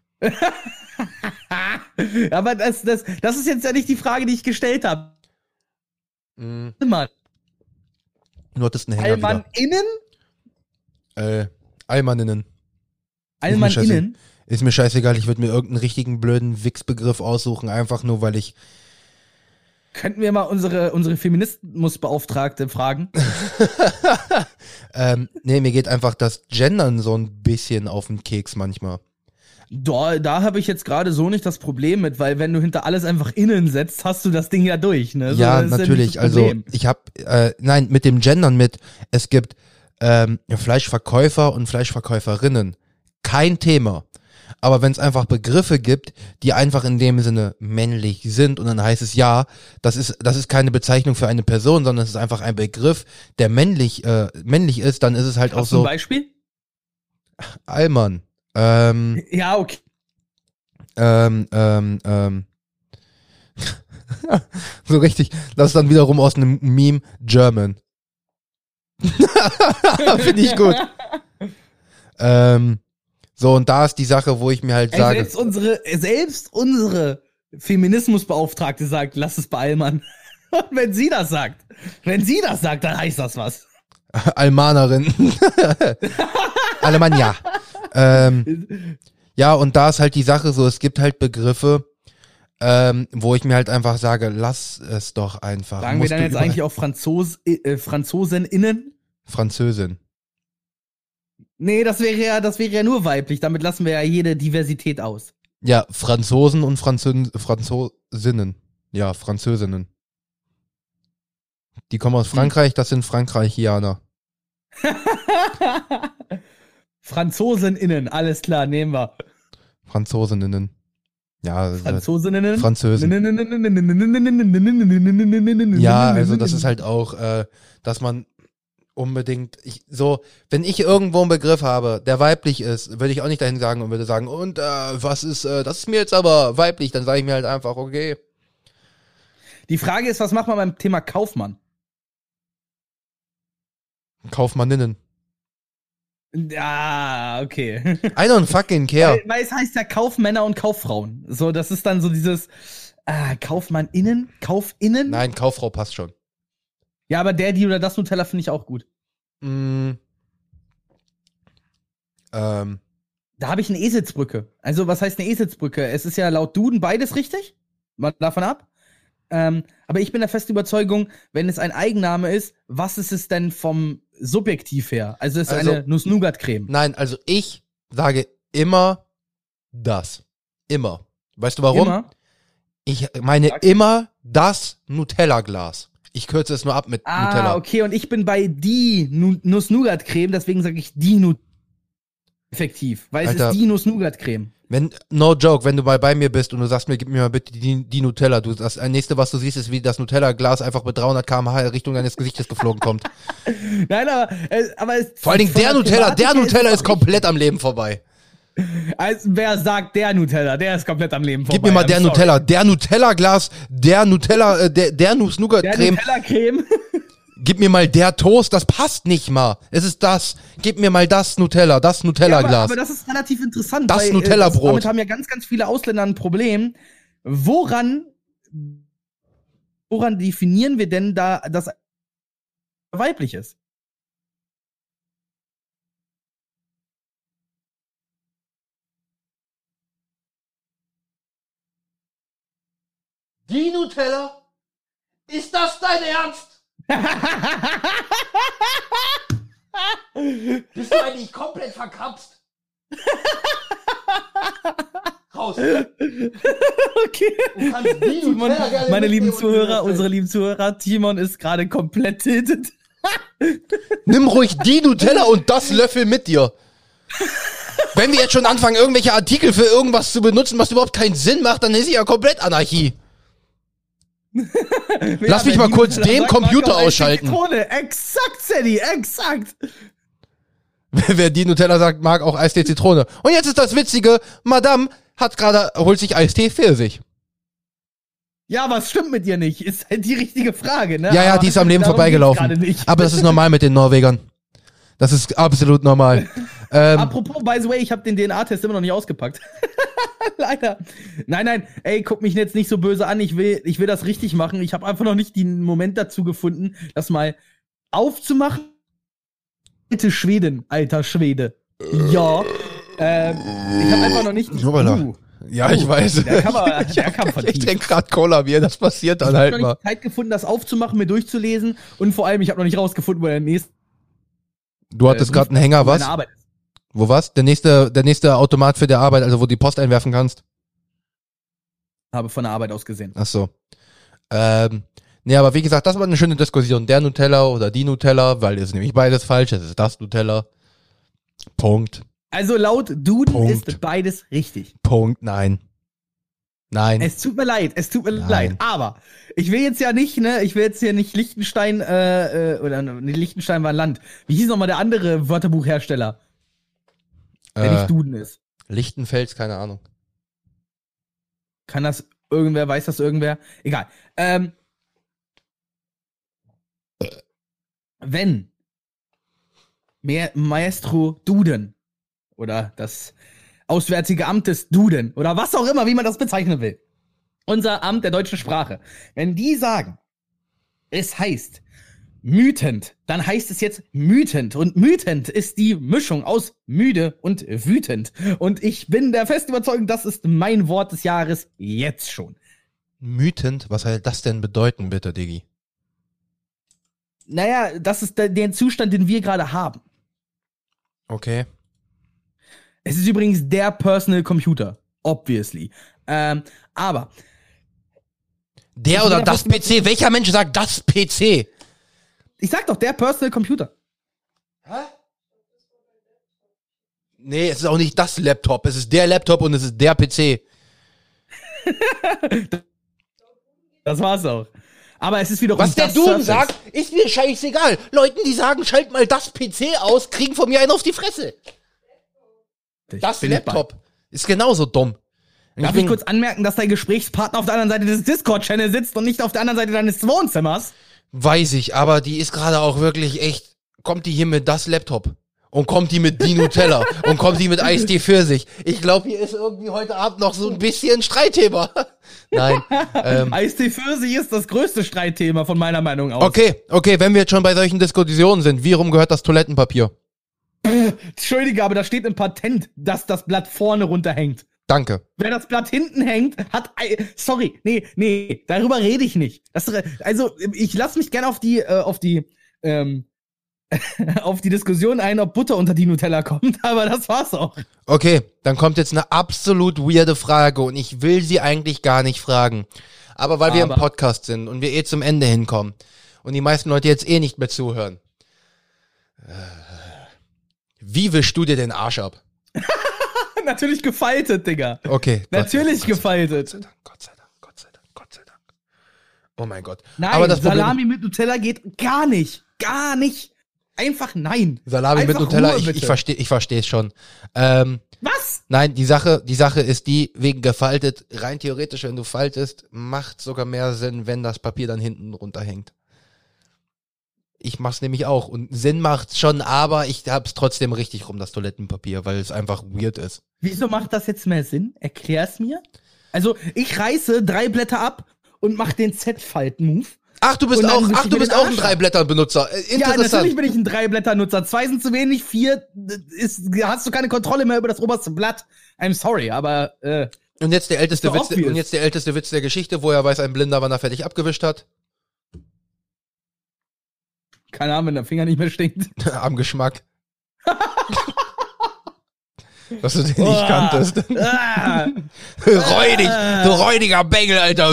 Aber das, das, das ist jetzt ja nicht die Frage, die ich gestellt habe. Mhm. Mann, Du hattest einen Hänger Allmann innen? wieder. Äh, Allmanninnen. Allmann scheiße. innen? Ist mir scheißegal, ich würde mir irgendeinen richtigen blöden Wichsbegriff aussuchen, einfach nur, weil ich Könnten wir mal unsere, unsere Feminismusbeauftragte fragen? ähm, nee, mir geht einfach das Gendern so ein bisschen auf den Keks manchmal. Da, da habe ich jetzt gerade so nicht das Problem mit, weil wenn du hinter alles einfach innen setzt, hast du das Ding ja durch, ne? So, Ja, das ist natürlich. nicht das Also Problem. ich habe, äh, nein, mit dem Gendern mit, es gibt ähm, Fleischverkäufer und Fleischverkäuferinnen. Kein Thema. Aber wenn es einfach Begriffe gibt, die einfach in dem Sinne männlich sind und dann heißt es ja, das ist das ist keine Bezeichnung für eine Person, sondern es ist einfach ein Begriff, der männlich äh, männlich ist, dann ist es halt auch Hast du ein so Beispiel? Allmann. Ähm, Ja, okay. ähm, ähm, ähm, So richtig, das ist dann wiederum aus einem Meme German. Finde ich gut. ähm, so, und da ist die Sache, wo ich mir halt Ey, sage... selbst unsere, selbst unsere Feminismusbeauftragte sagt, lass es bei Allmann. Und wenn sie das sagt, wenn sie das sagt, dann heißt das was. Almanerin. Alemann, ja. Ähm, ja, und da ist halt die Sache so, es gibt halt Begriffe, ähm, wo ich mir halt einfach sage, lass es doch einfach. Sagen Musst wir dann du jetzt überall- eigentlich auch Franzos, äh, FranzosenInnen? Französin. Nee, das wäre ja, das wäre ja nur weiblich. Damit lassen wir ja jede Diversität aus. Ja, Franzosen und Franzö Franzosinnen. Ja, Französinnen. Die kommen aus Frankreich, das sind Frankreichianer. FranzosenInnen, alles klar, nehmen wir. Franzosinnen. Ja, äh, Franzosinnen? Französen. Ja, also das ist halt auch, äh, dass man unbedingt, ich, so, wenn ich irgendwo einen Begriff habe, der weiblich ist, würde ich auch nicht dahin sagen und würde sagen, und äh, was ist, äh, das ist mir jetzt aber weiblich, dann sage ich mir halt einfach, okay. Die Frage ist, was macht man beim Thema Kaufmann? Kaufmanninnen. Ja, okay. I don't fucking care. Weil, weil es heißt ja Kaufmänner und Kauffrauen. So, das ist dann so dieses äh, KaufmannInnen, KaufInnen. Nein, Kauffrau passt schon. Ja, aber der, die oder das Nutella finde ich auch gut. Mm. Ähm. Da habe ich eine Eselsbrücke. Also, was heißt eine Eselsbrücke? Es ist ja laut Duden beides richtig. Mal davon ab. Ähm, aber ich bin der festen Überzeugung, wenn es ein Eigenname ist, was ist es denn vom Subjektiv her? Also, es ist Also- eine Nuss-Nougat-Creme. Nein, also ich sage immer das. Immer. Weißt du warum? Immer. Ich meine Sag's. immer das Nutella-Glas. Ich kürze es nur ab mit Ah, Nutella. okay. Und ich bin bei die Nu- Nuss-Nougat-Creme, deswegen sage ich die Nut effektiv. Weil es Alter. ist die Nuss-Nougat-Creme. Wenn, no joke, wenn du mal bei mir bist und du sagst mir, gib mir mal bitte die, die Nutella, du, das nächste, was du siehst, ist, wie das Nutella-Glas einfach mit dreihundert Kilometer pro Stunde in Richtung deines Gesichtes geflogen kommt. Nein, aber, äh, aber es, Vor allen Dingen von der Nutella, Thematik der her Nutella es ist doch komplett am Leben vorbei. richtig. Also, wer sagt der Nutella? Der ist komplett am Leben vorbei. Gib mir mal I'm der sorry. Nutella, der Nutella-Glas, der Nutella, äh, der, der Der Nuss-Nougat-Creme. Nutella-Creme. Gib mir mal der Toast, das passt nicht mal. Es ist das. Gib mir mal das Nutella, das Ja, aber, Nutella-Glas. aber das ist relativ interessant. Das weil, äh, Nutella-Brot. Damit haben ja ganz, ganz viele Ausländer ein Problem. Woran, woran definieren wir denn da, dass weiblich ist? Die Nutella? Ist das dein Ernst? Bist du eigentlich komplett verkrapst? Raus. Okay. Du kannst die Timon, Nutella gerne meine lieben mitnehmen und Zuhörer, wieder unsere lieben Zuhörer, Timon ist gerade komplett tiltet. Nimm ruhig die Nutella und das Löffel mit dir. Wenn wir jetzt schon anfangen, irgendwelche Artikel für irgendwas zu benutzen, was überhaupt keinen Sinn macht, dann ist sie ja komplett Anarchie. Lass mich mal kurz den Computer ausschalten. Zitrone. Exakt, Sadie, exakt. Wer die Nutella sagt, mag auch Eistee Zitrone. Und jetzt ist das Witzige, Madame hat gerade, holt sich Eistee Pfirsich. Ja, was stimmt mit dir nicht? Ist halt die richtige Frage, ne? Ja, ja, Aber die ist am Leben darum geht's vorbeigelaufen. gerade nicht. Aber das ist normal mit den Norwegern. Das ist absolut normal. ähm, Apropos, by the way, ich habe den D N A-Test immer noch nicht ausgepackt. Leider. Nein, nein, ey, guck mich jetzt nicht so böse an. Ich will, ich will das richtig machen. Ich habe einfach noch nicht den Moment dazu gefunden, das mal aufzumachen. Bitte Schweden, alter Schwede. Ja. Ähm, ich habe einfach noch nicht. Hoppala. Uh, ja, ich weiß. der kam, aber, der kam Ich vertieft. trinke gerade Cola, wie das passiert dann Ich habe halt noch mal. nicht Zeit gefunden, das aufzumachen, mir durchzulesen. Und vor allem, ich habe noch nicht rausgefunden, wo der nächste. Du hattest äh, gerade einen Hänger, was? meine Arbeit ist. Wo was? Der nächste, der nächste Automat für die Arbeit, also wo du die Post einwerfen kannst. Habe von der Arbeit aus gesehen. Ach so. Ähm, nee, aber wie gesagt, das war eine schöne Diskussion. Der Nutella oder die Nutella, weil es ist nämlich beides falsch. Es ist das Nutella. Punkt. Also laut Duden Punkt. ist beides richtig. Punkt. Nein. Nein. Es tut mir leid, es tut mir Nein. leid. Aber ich will jetzt ja nicht, ne, ich will jetzt hier nicht Liechtenstein, äh, äh oder ne, Liechtenstein war ein Land. Wie hieß nochmal der andere Wörterbuchhersteller, der äh, nicht Duden ist? Lichtenfels, keine Ahnung. Kann das irgendwer, weiß das irgendwer? Egal. Ähm, wenn mehr Maestro Duden oder das Auswärtige Amt des Duden oder was auch immer, wie man das bezeichnen will, unser Amt der deutschen Sprache, wenn die sagen, es heißt mütend, dann heißt es jetzt mütend. Und mütend ist die Mischung aus müde und wütend. Und ich bin der festen Überzeugung, das ist mein Wort des Jahres jetzt schon. Mütend? Was soll das denn bedeuten, bitte, Diggi? Naja, das ist der, der Zustand, den wir gerade haben. Okay. Es ist übrigens der Personal Computer. Obviously. Ähm, aber. Der oder das P C? Welcher Mensch sagt das P C? Ich sag doch, der Personal Computer. Hä? Nee, es ist auch nicht das Laptop. Es ist der Laptop und es ist der P C. Das war's auch. Aber es ist wiederum Was der das Duden Surface. sagt, ist mir scheißegal. Leuten, die sagen, schalt mal das P C aus, kriegen von mir einen auf die Fresse. Ich Das bin Laptop ist genauso dumm. Und Darf ich bin, ich kurz anmerken, dass dein Gesprächspartner auf der anderen Seite des Discord-Channel sitzt und nicht auf der anderen Seite deines Wohnzimmers? weiß ich, aber die ist gerade auch wirklich echt, kommt die hier mit das Laptop und kommt die mit die Nutella und kommt die mit Eistee für sich. Ich glaube, hier ist irgendwie heute Abend noch so ein bisschen Streitthema. Nein. Ähm, Eistee Pfirsich ist das größte Streitthema von meiner Meinung aus. okay, okay, wenn wir jetzt schon bei solchen Diskussionen sind, wie rum gehört das Toilettenpapier? Entschuldige, aber da steht im Patent, dass das Blatt vorne runterhängt. Danke. Wer das Blatt hinten hängt, hat. Sorry, nee, nee, darüber rede ich nicht. Das, also, ich lasse mich gerne auf die, äh, auf die, ähm, auf die Diskussion ein, ob Butter unter die Nutella kommt, aber das war's auch. Okay, dann kommt jetzt eine absolut weirde Frage und ich will sie eigentlich gar nicht fragen. Aber weil wir im Aber- Podcast sind und wir eh zum Ende hinkommen und die meisten Leute jetzt eh nicht mehr zuhören. Wie wischst du dir den Arsch ab? Natürlich gefaltet, Digga. Okay. Natürlich Gott sei gefaltet. Dank, Gott sei Dank, Gott sei Dank, Gott sei Dank. Oh mein Gott. Nein, Aber das Problem- Salami mit Nutella geht gar nicht. Gar nicht. Einfach nein. Salami Einfach mit Nutella, Ruhe, ich, bitte. ich verstehe ich verstehe es schon. Ähm, Was? nein, die Sache, die Sache ist die, wegen gefaltet, rein theoretisch, wenn du faltest, macht sogar mehr Sinn, wenn das Papier dann hinten runterhängt. Ich mach's nämlich auch und Sinn macht's schon, aber ich hab's trotzdem richtig rum, das Toilettenpapier, weil es einfach weird ist. Wieso macht das jetzt mehr Sinn? Erklär's mir. Also, ich reiße drei Blätter ab und mach den Z-Falten-Move. Ach, du bist Und dann auch, wisch ach, ich du mir bist den auch ein Arsch ab. Drei-Blätter-Benutzer. Äh, Ja, interessant. natürlich bin ich ein Drei-Blätter-Nutzer. Zwei sind zu wenig, vier ist, hast du keine Kontrolle mehr über das oberste Blatt. I'm sorry, aber äh, Und jetzt der älteste Ist doch Witz, obvious. und jetzt der älteste Witz der Geschichte, woher weiß ein Blinder, wann er fertig abgewischt hat? keine Ahnung, wenn der Finger nicht mehr stinkt. Am Geschmack. Dass du den nicht Uah. kanntest. Ah, Räudig, du räudiger Bengel, Alter.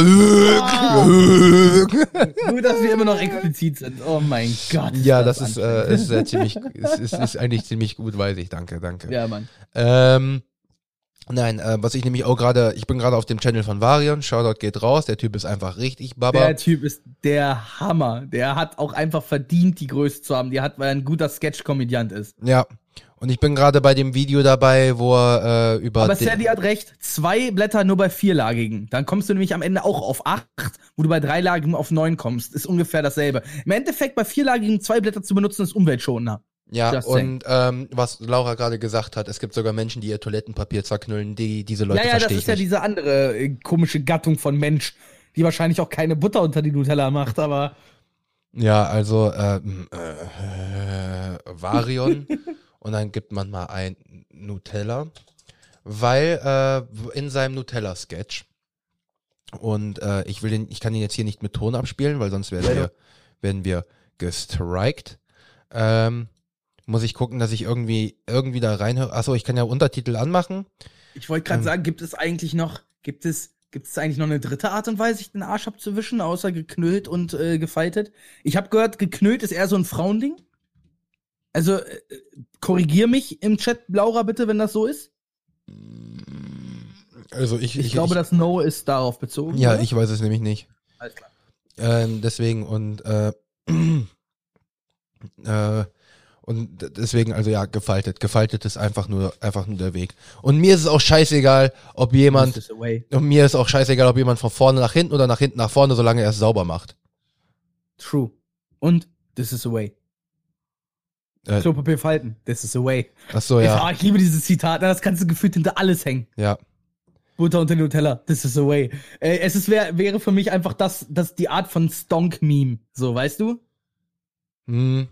nur, dass wir immer noch explizit sind. Oh mein Gott. Ja, das ist, äh, ist, äh, ziemlich, ist, ist, ist eigentlich ziemlich gut, weiß ich. Danke, danke. Ja, Mann. Ähm, nein, äh, was ich nämlich auch gerade, ich bin gerade auf dem Channel von Varion, Shoutout geht raus, der Typ ist einfach richtig Baba. Der Typ ist der Hammer. Der hat auch einfach verdient, die Größe zu haben. Die hat, weil er ein guter Sketch-Komödiant ist. Ja. Und ich bin gerade bei dem Video dabei, wo er äh, über Aber den- Sadie hat recht. Zwei Blätter nur bei vierlagigen. Dann kommst du nämlich am Ende auch auf acht, wo du bei dreilagigen auf neun kommst. Ist ungefähr dasselbe. Im Endeffekt bei vierlagigen zwei Blätter zu benutzen, ist umweltschonender. Ja, Just saying. und ähm, was Laura gerade gesagt hat, es gibt sogar Menschen, die ihr Toilettenpapier zerknüllen, die diese Leute Ja, ja, das verstehe ist ich ja nicht. diese andere äh, komische Gattung von Mensch, die wahrscheinlich auch keine Butter unter die Nutella macht, aber Ja, also ähm, äh, Varion und dann gibt man mal ein Nutella, weil äh, in seinem Nutella-Sketch und äh, ich will den, ich kann ihn jetzt hier nicht mit Ton abspielen, weil sonst werden Ja, wir, werden wir gestrikt. Ähm, muss ich gucken, dass ich irgendwie irgendwie da reinhöre. Achso, ich kann ja Untertitel anmachen. ich wollte gerade Ähm. sagen, gibt es eigentlich noch, gibt es, gibt es eigentlich noch eine dritte Art und Weise, sich den Arsch abzuwischen, außer geknüllt und äh, gefaltet? Ich habe gehört, geknüllt ist eher so ein Frauending. Also, äh, korrigier mich im Chat, Laura, bitte, wenn das so ist. Also ich, Ich, glaube, das No ist darauf bezogen. ja, oder? ich weiß es nämlich nicht. Alles klar. Ähm, deswegen und äh, äh, Und d- deswegen, also ja, gefaltet. Gefaltet ist einfach nur, einfach nur der Weg. Und mir ist es auch scheißegal, ob jemand, This is the way. und mir ist auch scheißegal, ob jemand von vorne nach hinten oder nach hinten nach vorne, solange er es sauber macht. True. Und this is the way. Äh, Klopapier falten. This is the way. ach so, Ich, ja. ah, ich liebe dieses Zitat. Na, das kannst du gefühlt hinter alles hängen. Ja. Butter unter Nutella. This is the way. Äh, es ist, wär, wäre für mich einfach das, das die Art von Stonk-Meme. So, weißt du? Hm.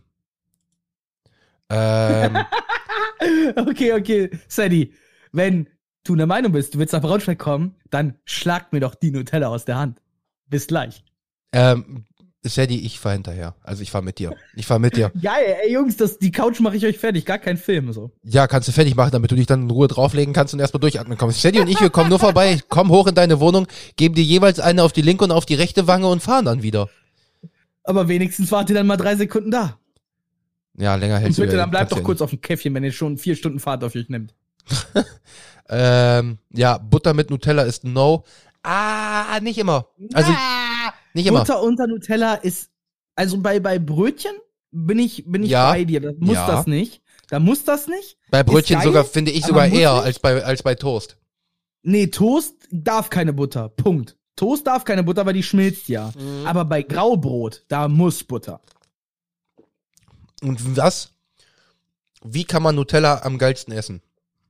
Ähm, Okay, okay. Sadie, wenn du der Meinung bist, du willst nach Braunschweig kommen, dann schlag mir doch die Nutella aus der Hand. Bis gleich. ähm, Sadie, ich fahr hinterher. Also ich fahr mit dir. Ich fahr mit dir. Geil, ey Jungs, das, die Couch mache ich euch fertig. Gar kein Film, so. Ja, kannst du fertig machen, damit du dich dann in Ruhe drauflegen kannst und erstmal durchatmen kommst. Sadie und ich, wir kommen nur vorbei, kommen hoch in deine Wohnung, geben dir jeweils eine auf die linke und auf die rechte Wange und fahren dann wieder. Aber wenigstens wart ihr dann mal drei Sekunden da. Ja, länger Und hältst du bitte, ja- dann bleibt kannst doch ja kurz auf dem Käffchen, wenn ihr schon vier Stunden Fahrt auf euch nimmt. nicht. Ähm, ja, Butter mit Nutella ist ein No. Ah, nicht immer. Also, ah, nicht immer. Butter unter Nutella ist, also bei, bei Brötchen bin ich, bin ich Ja. bei dir. Da muss Ja. das nicht. Da muss das nicht. Bei Brötchen geil, sogar, finde ich aber sogar muss eher nicht. als bei, als bei Toast. Nee, Toast darf keine Butter. Punkt. Toast darf keine Butter, weil die schmilzt ja. Mhm. Aber bei Graubrot, da muss Butter. Und was? Wie kann man Nutella am geilsten essen?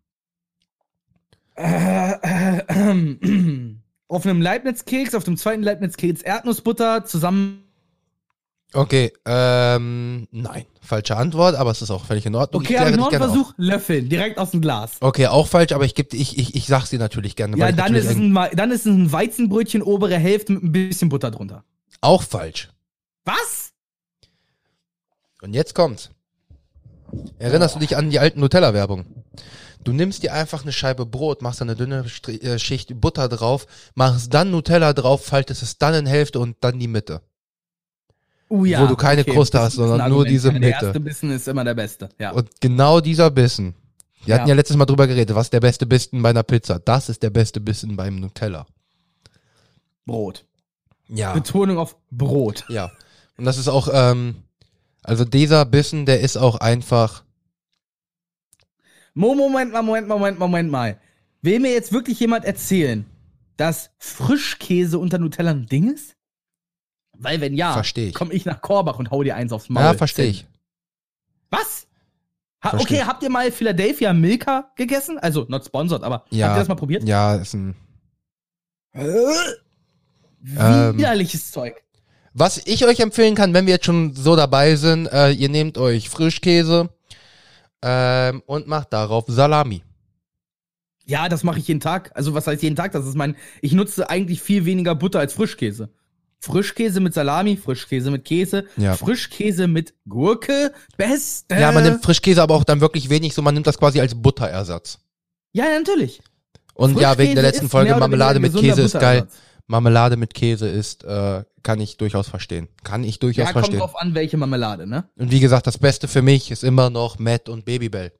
Äh, äh, äh, auf einem Leibniz-Keks, auf dem zweiten Leibniz-Keks Erdnussbutter zusammen. Okay, ähm, nein. Falsche Antwort, aber es ist auch völlig in Ordnung. Okay, Ich habe kläre ich noch dich einen gerne auf. Versuch? Löffeln, direkt aus dem Glas. Okay, auch falsch, aber ich geb, ich, ich, ich sag's dir natürlich gerne. Ja, weil ich dann natürlich ist, es ein- ein, dann ist es ein Weizenbrötchen, obere Hälfte mit ein bisschen Butter drunter. auch falsch. Was? Und jetzt kommt's. Erinnerst du dich an die alten Nutella-Werbung? Du nimmst dir einfach eine Scheibe Brot, machst da eine dünne Stri- äh, Schicht Butter drauf, machst dann Nutella drauf, faltest es dann in Hälfte und dann die Mitte. Uh, ja, Wo du keine Kruste das hast, ist ein sondern nur Argument. diese Der Mitte. erste Bissen ist immer der beste. Ja. Und genau dieser Bissen. Wir hatten Ja. ja letztes Mal drüber geredet, was ist der beste Bissen bei einer Pizza? Das ist der beste Bissen beim Nutella. Brot. Ja. Betonung auf Brot. Ja. Und das ist auch, ähm, also dieser Bissen, der ist auch einfach, Mo- Moment mal, Moment mal, Moment mal, Moment mal. Will mir jetzt wirklich jemand erzählen, dass Frischkäse unter Nutella ein Ding ist? Weil wenn ja, Versteh ich. komm ich nach Korbach und hau dir eins aufs Maul. ja, verstehe ich. Was? Ha, Versteh okay, ich. habt ihr mal Philadelphia Milka gegessen? Also, not sponsored, aber Ja. habt ihr das mal probiert? Ja, ist ein, Widerliches Zeug. was ich euch empfehlen kann, wenn wir jetzt schon so dabei sind, äh, ihr nehmt euch Frischkäse, ähm, und macht darauf Salami. Ja, das mache ich jeden Tag. Also, was heißt jeden Tag? Das ist mein, ich nutze eigentlich viel weniger Butter als Frischkäse. Frischkäse mit Salami, Frischkäse mit Käse, Ja. Frischkäse mit Gurke, beste. Ja, man nimmt Frischkäse aber auch dann wirklich wenig, so man nimmt das quasi als Butterersatz. Ja, natürlich. Und ja, wegen der Frischkäse letzten ist Folge mehr oder Marmelade weniger mit gesunder Käse ist geil. Butterersatz. Marmelade mit Käse ist, äh, kann ich durchaus verstehen. Kann ich durchaus Ja, kommt verstehen. drauf an, welche Marmelade, ne? Und wie gesagt, das Beste für mich ist immer noch Matt und Babybel.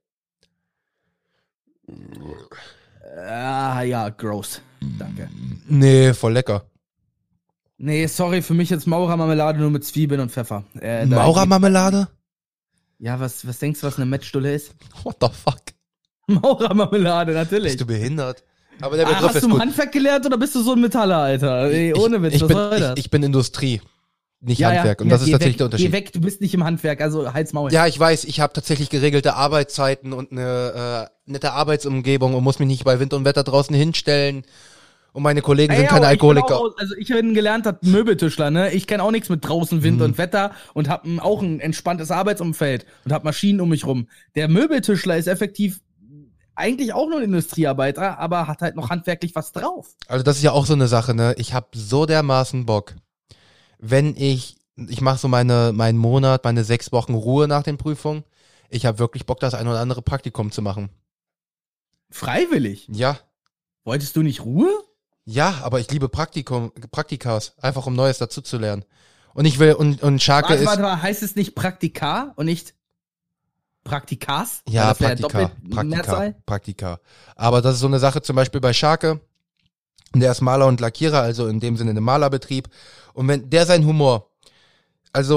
Ah, ja, gross. Danke. Nee, voll lecker. Nee, sorry, für mich jetzt Maurermarmelade nur mit Zwiebeln und Pfeffer. Äh, da- Maurermarmelade? Ja, was, was denkst du, was eine Mettstulle ist? What the fuck? Maurermarmelade, natürlich. Bist du behindert? Aber der Ah, Begriff hast ist du im gut. Handwerk gelernt oder bist du so ein Metaller, Alter? Ey, ohne Witz, ich, ich, was bin, soll das? ich, ich bin Industrie, nicht Ja, Handwerk. ja, Und ja, das ist geh tatsächlich weg, der Unterschied. Geh weg, du bist nicht im Handwerk, also halt's Maul. Ja, ich weiß, ich habe tatsächlich geregelte Arbeitszeiten und eine äh, nette Arbeitsumgebung und muss mich nicht bei Wind und Wetter draußen hinstellen. Und meine Kollegen Ey, sind keine aber ich bin Alkoholiker. Auch, also ich bin gelernter Möbeltischler, ne? Ich kenne auch nichts mit draußen Wind Mhm. und Wetter und hab ein, auch ein entspanntes Arbeitsumfeld und hab Maschinen um mich rum. Der Möbeltischler ist effektiv eigentlich auch nur ein Industriearbeiter, aber hat halt noch handwerklich was drauf. Also das ist ja auch so eine Sache, ne? Ich habe so dermaßen Bock, wenn ich, ich mache so meine, meinen Monat, meine sechs Wochen Ruhe nach den Prüfungen. Ich habe wirklich Bock, das ein oder andere Praktikum zu machen. Freiwillig. Ja, Wolltest du nicht Ruhe? ja, aber ich liebe Praktikum, Praktikas, einfach um Neues dazu zu lernen. Und ich will, und, und Scharke Warte, ist, warte mal, heißt es nicht Praktika und nicht Praktikas? ja, Weil das wär Praktika, doppelt Praktika, Mehrzahl. Praktika. Aber das ist so eine Sache zum Beispiel bei Scharke, der ist Maler und Lackierer, also in dem Sinne ein Malerbetrieb. Und wenn der sein Humor, also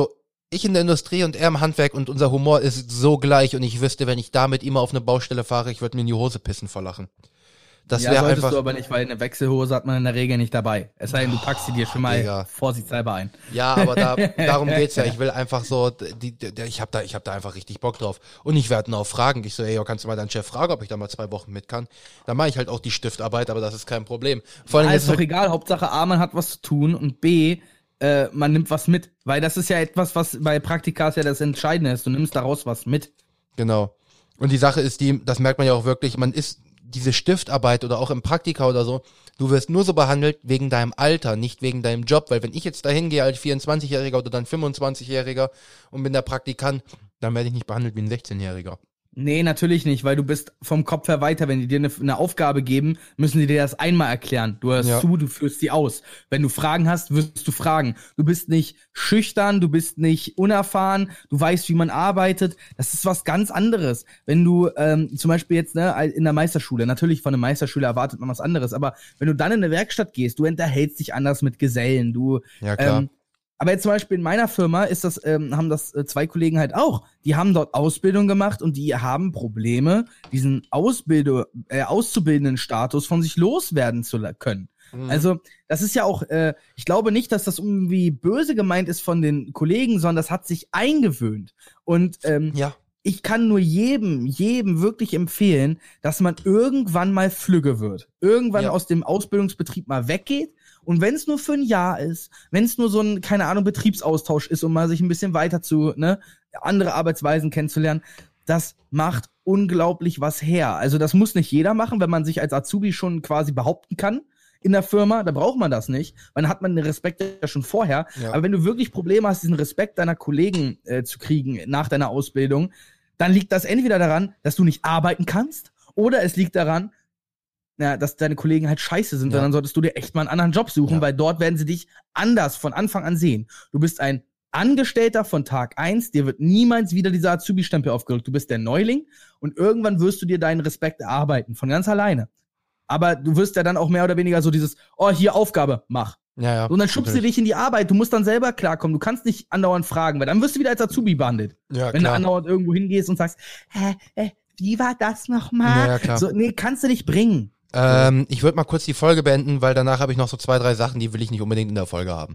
ich in der Industrie und er im Handwerk und unser Humor ist so gleich und ich wüsste, wenn ich da mit ihm auf eine Baustelle fahre, ich würde mir in die Hose pissen vor Lachen. Das ja, wäre solltest einfach. du aber nicht, weil eine Wechselhose hat man in der Regel nicht dabei. Es sei denn, du packst sie dir schon mal Digga. vorsichtshalber ein. Ja, aber da, darum geht's ja. Ich will einfach so, die, die, ich habe da, ich habe da einfach richtig Bock drauf. Und ich werde ihn auch fragen. Ich so, ey, kannst du mal deinen Chef fragen, ob ich da mal zwei Wochen mit kann? Dann mache ich halt auch die Stiftarbeit, aber das ist kein Problem. Vor allem Ja, ist ist doch halt, egal. Hauptsache A, man hat was zu tun und B, äh, man nimmt was mit. Weil das ist ja etwas, was bei Praktikas ja das Entscheidende ist. Du nimmst daraus was mit. genau. Und die Sache ist die, das merkt man ja auch wirklich, man ist diese Stiftarbeit oder auch im Praktika oder so, du wirst nur so behandelt wegen deinem Alter, nicht wegen deinem Job, weil wenn ich jetzt dahin gehe als vierundzwanzigjähriger oder dann fünfundzwanzigjähriger und bin der Praktikant, dann werde ich nicht behandelt wie ein sechzehnjähriger. Nee, natürlich nicht, weil du bist vom Kopf her weiter. Wenn die dir eine, eine Aufgabe geben, müssen die dir das einmal erklären. Du hörst Ja. zu, du führst sie aus. Wenn du Fragen hast, wirst du fragen. Du bist nicht schüchtern, du bist nicht unerfahren, du weißt, wie man arbeitet. Das ist was ganz anderes. Wenn du ähm, zum Beispiel jetzt ne, in der Meisterschule, natürlich von einem Meisterschüler erwartet man was anderes, aber wenn du dann in eine Werkstatt gehst, du unterhältst dich anders mit Gesellen, du Ja, klar. ähm, aber jetzt zum Beispiel in meiner Firma ist das, ähm, haben das äh, zwei Kollegen halt auch. Die haben dort Ausbildung gemacht und die haben Probleme, diesen Ausbilde, äh, auszubildenden Status von sich loswerden zu la- können. Mhm. Also das ist ja auch, äh, ich glaube nicht, dass das irgendwie böse gemeint ist von den Kollegen, sondern das hat sich eingewöhnt. Und ähm, Ja. ich kann nur jedem, jedem wirklich empfehlen, dass man irgendwann mal flügge wird. Irgendwann Ja. aus dem Ausbildungsbetrieb mal weggeht. Und wenn es nur für ein Jahr ist, wenn es nur so ein, keine Ahnung, Betriebsaustausch ist, um mal sich ein bisschen weiter zu, ne, andere Arbeitsweisen kennenzulernen, das macht unglaublich was her. Also das muss nicht jeder machen, wenn man sich als Azubi schon quasi behaupten kann in der Firma, da braucht man das nicht, weil dann hat man den Respekt ja schon vorher. Ja. Aber wenn du wirklich Probleme hast, diesen Respekt deiner Kollegen äh, zu kriegen nach deiner Ausbildung, dann liegt das entweder daran, dass du nicht arbeiten kannst, oder es liegt daran, ja, dass deine Kollegen halt scheiße sind, Ja. und dann solltest du dir echt mal einen anderen Job suchen, Ja. weil dort werden sie dich anders von Anfang an sehen. Du bist ein Angestellter von Tag eins, dir wird niemals wieder dieser Azubi-Stempel aufgedrückt. Du bist der Neuling und irgendwann wirst du dir deinen Respekt erarbeiten, von ganz alleine. Aber du wirst ja dann auch mehr oder weniger so dieses, oh, hier Aufgabe, mach. Ja, ja. Und dann schubst du natürlich. dich in die Arbeit, du musst dann selber klarkommen, du kannst nicht andauernd fragen, weil dann wirst du wieder als Azubi behandelt. Ja, Wenn du klar. andauernd irgendwo hingehst und sagst, hä, hä, wie war das nochmal? Ja, ja, klar. So, nee, kannst du nicht bringen. Ähm, ich würde mal kurz die Folge beenden, weil danach habe ich noch so zwei, drei Sachen, die will ich nicht unbedingt in der Folge haben.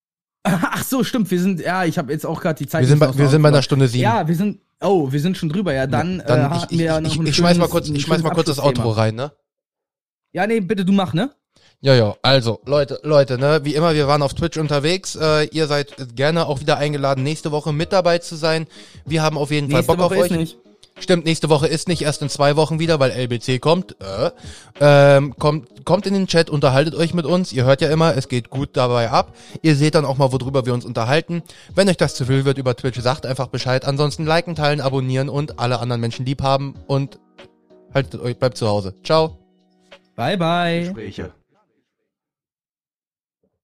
Ach so, stimmt, wir sind, ja, ich habe jetzt auch gerade die Zeit. Wir sind, nicht bei, aus wir den sind bei Augen einer Stunde sieben. Ja, wir sind, oh, wir sind schon drüber, ja, dann, Ja, dann äh, ich, hatten ich, wir ja ich, noch ich, ein ich schmeiß mal schönes- kurz, ein ich schmeiß schönes mal kurz das Abschlussthema. Outro rein, ne? Ja, nee, bitte, du mach, ne? Ja, ja, also, Leute, Leute, ne, wie immer, wir waren auf Twitch unterwegs, äh, ihr seid gerne auch wieder eingeladen, nächste Woche mit dabei zu sein. Wir haben auf jeden Nächste Fall Bock Woche auf ist euch. nicht. Stimmt, nächste Woche ist nicht, erst in zwei Wochen wieder, weil L B C kommt. Äh, ähm, kommt, kommt in den Chat, unterhaltet euch mit uns. Ihr hört ja immer, es geht gut dabei ab. Ihr seht dann auch mal, worüber wir uns unterhalten. Wenn euch das zu viel wird über Twitch, sagt einfach Bescheid. Ansonsten liken, teilen, abonnieren und alle anderen Menschen lieb haben und haltet euch, bleibt zu Hause. Ciao. Bye, bye. Gespräche.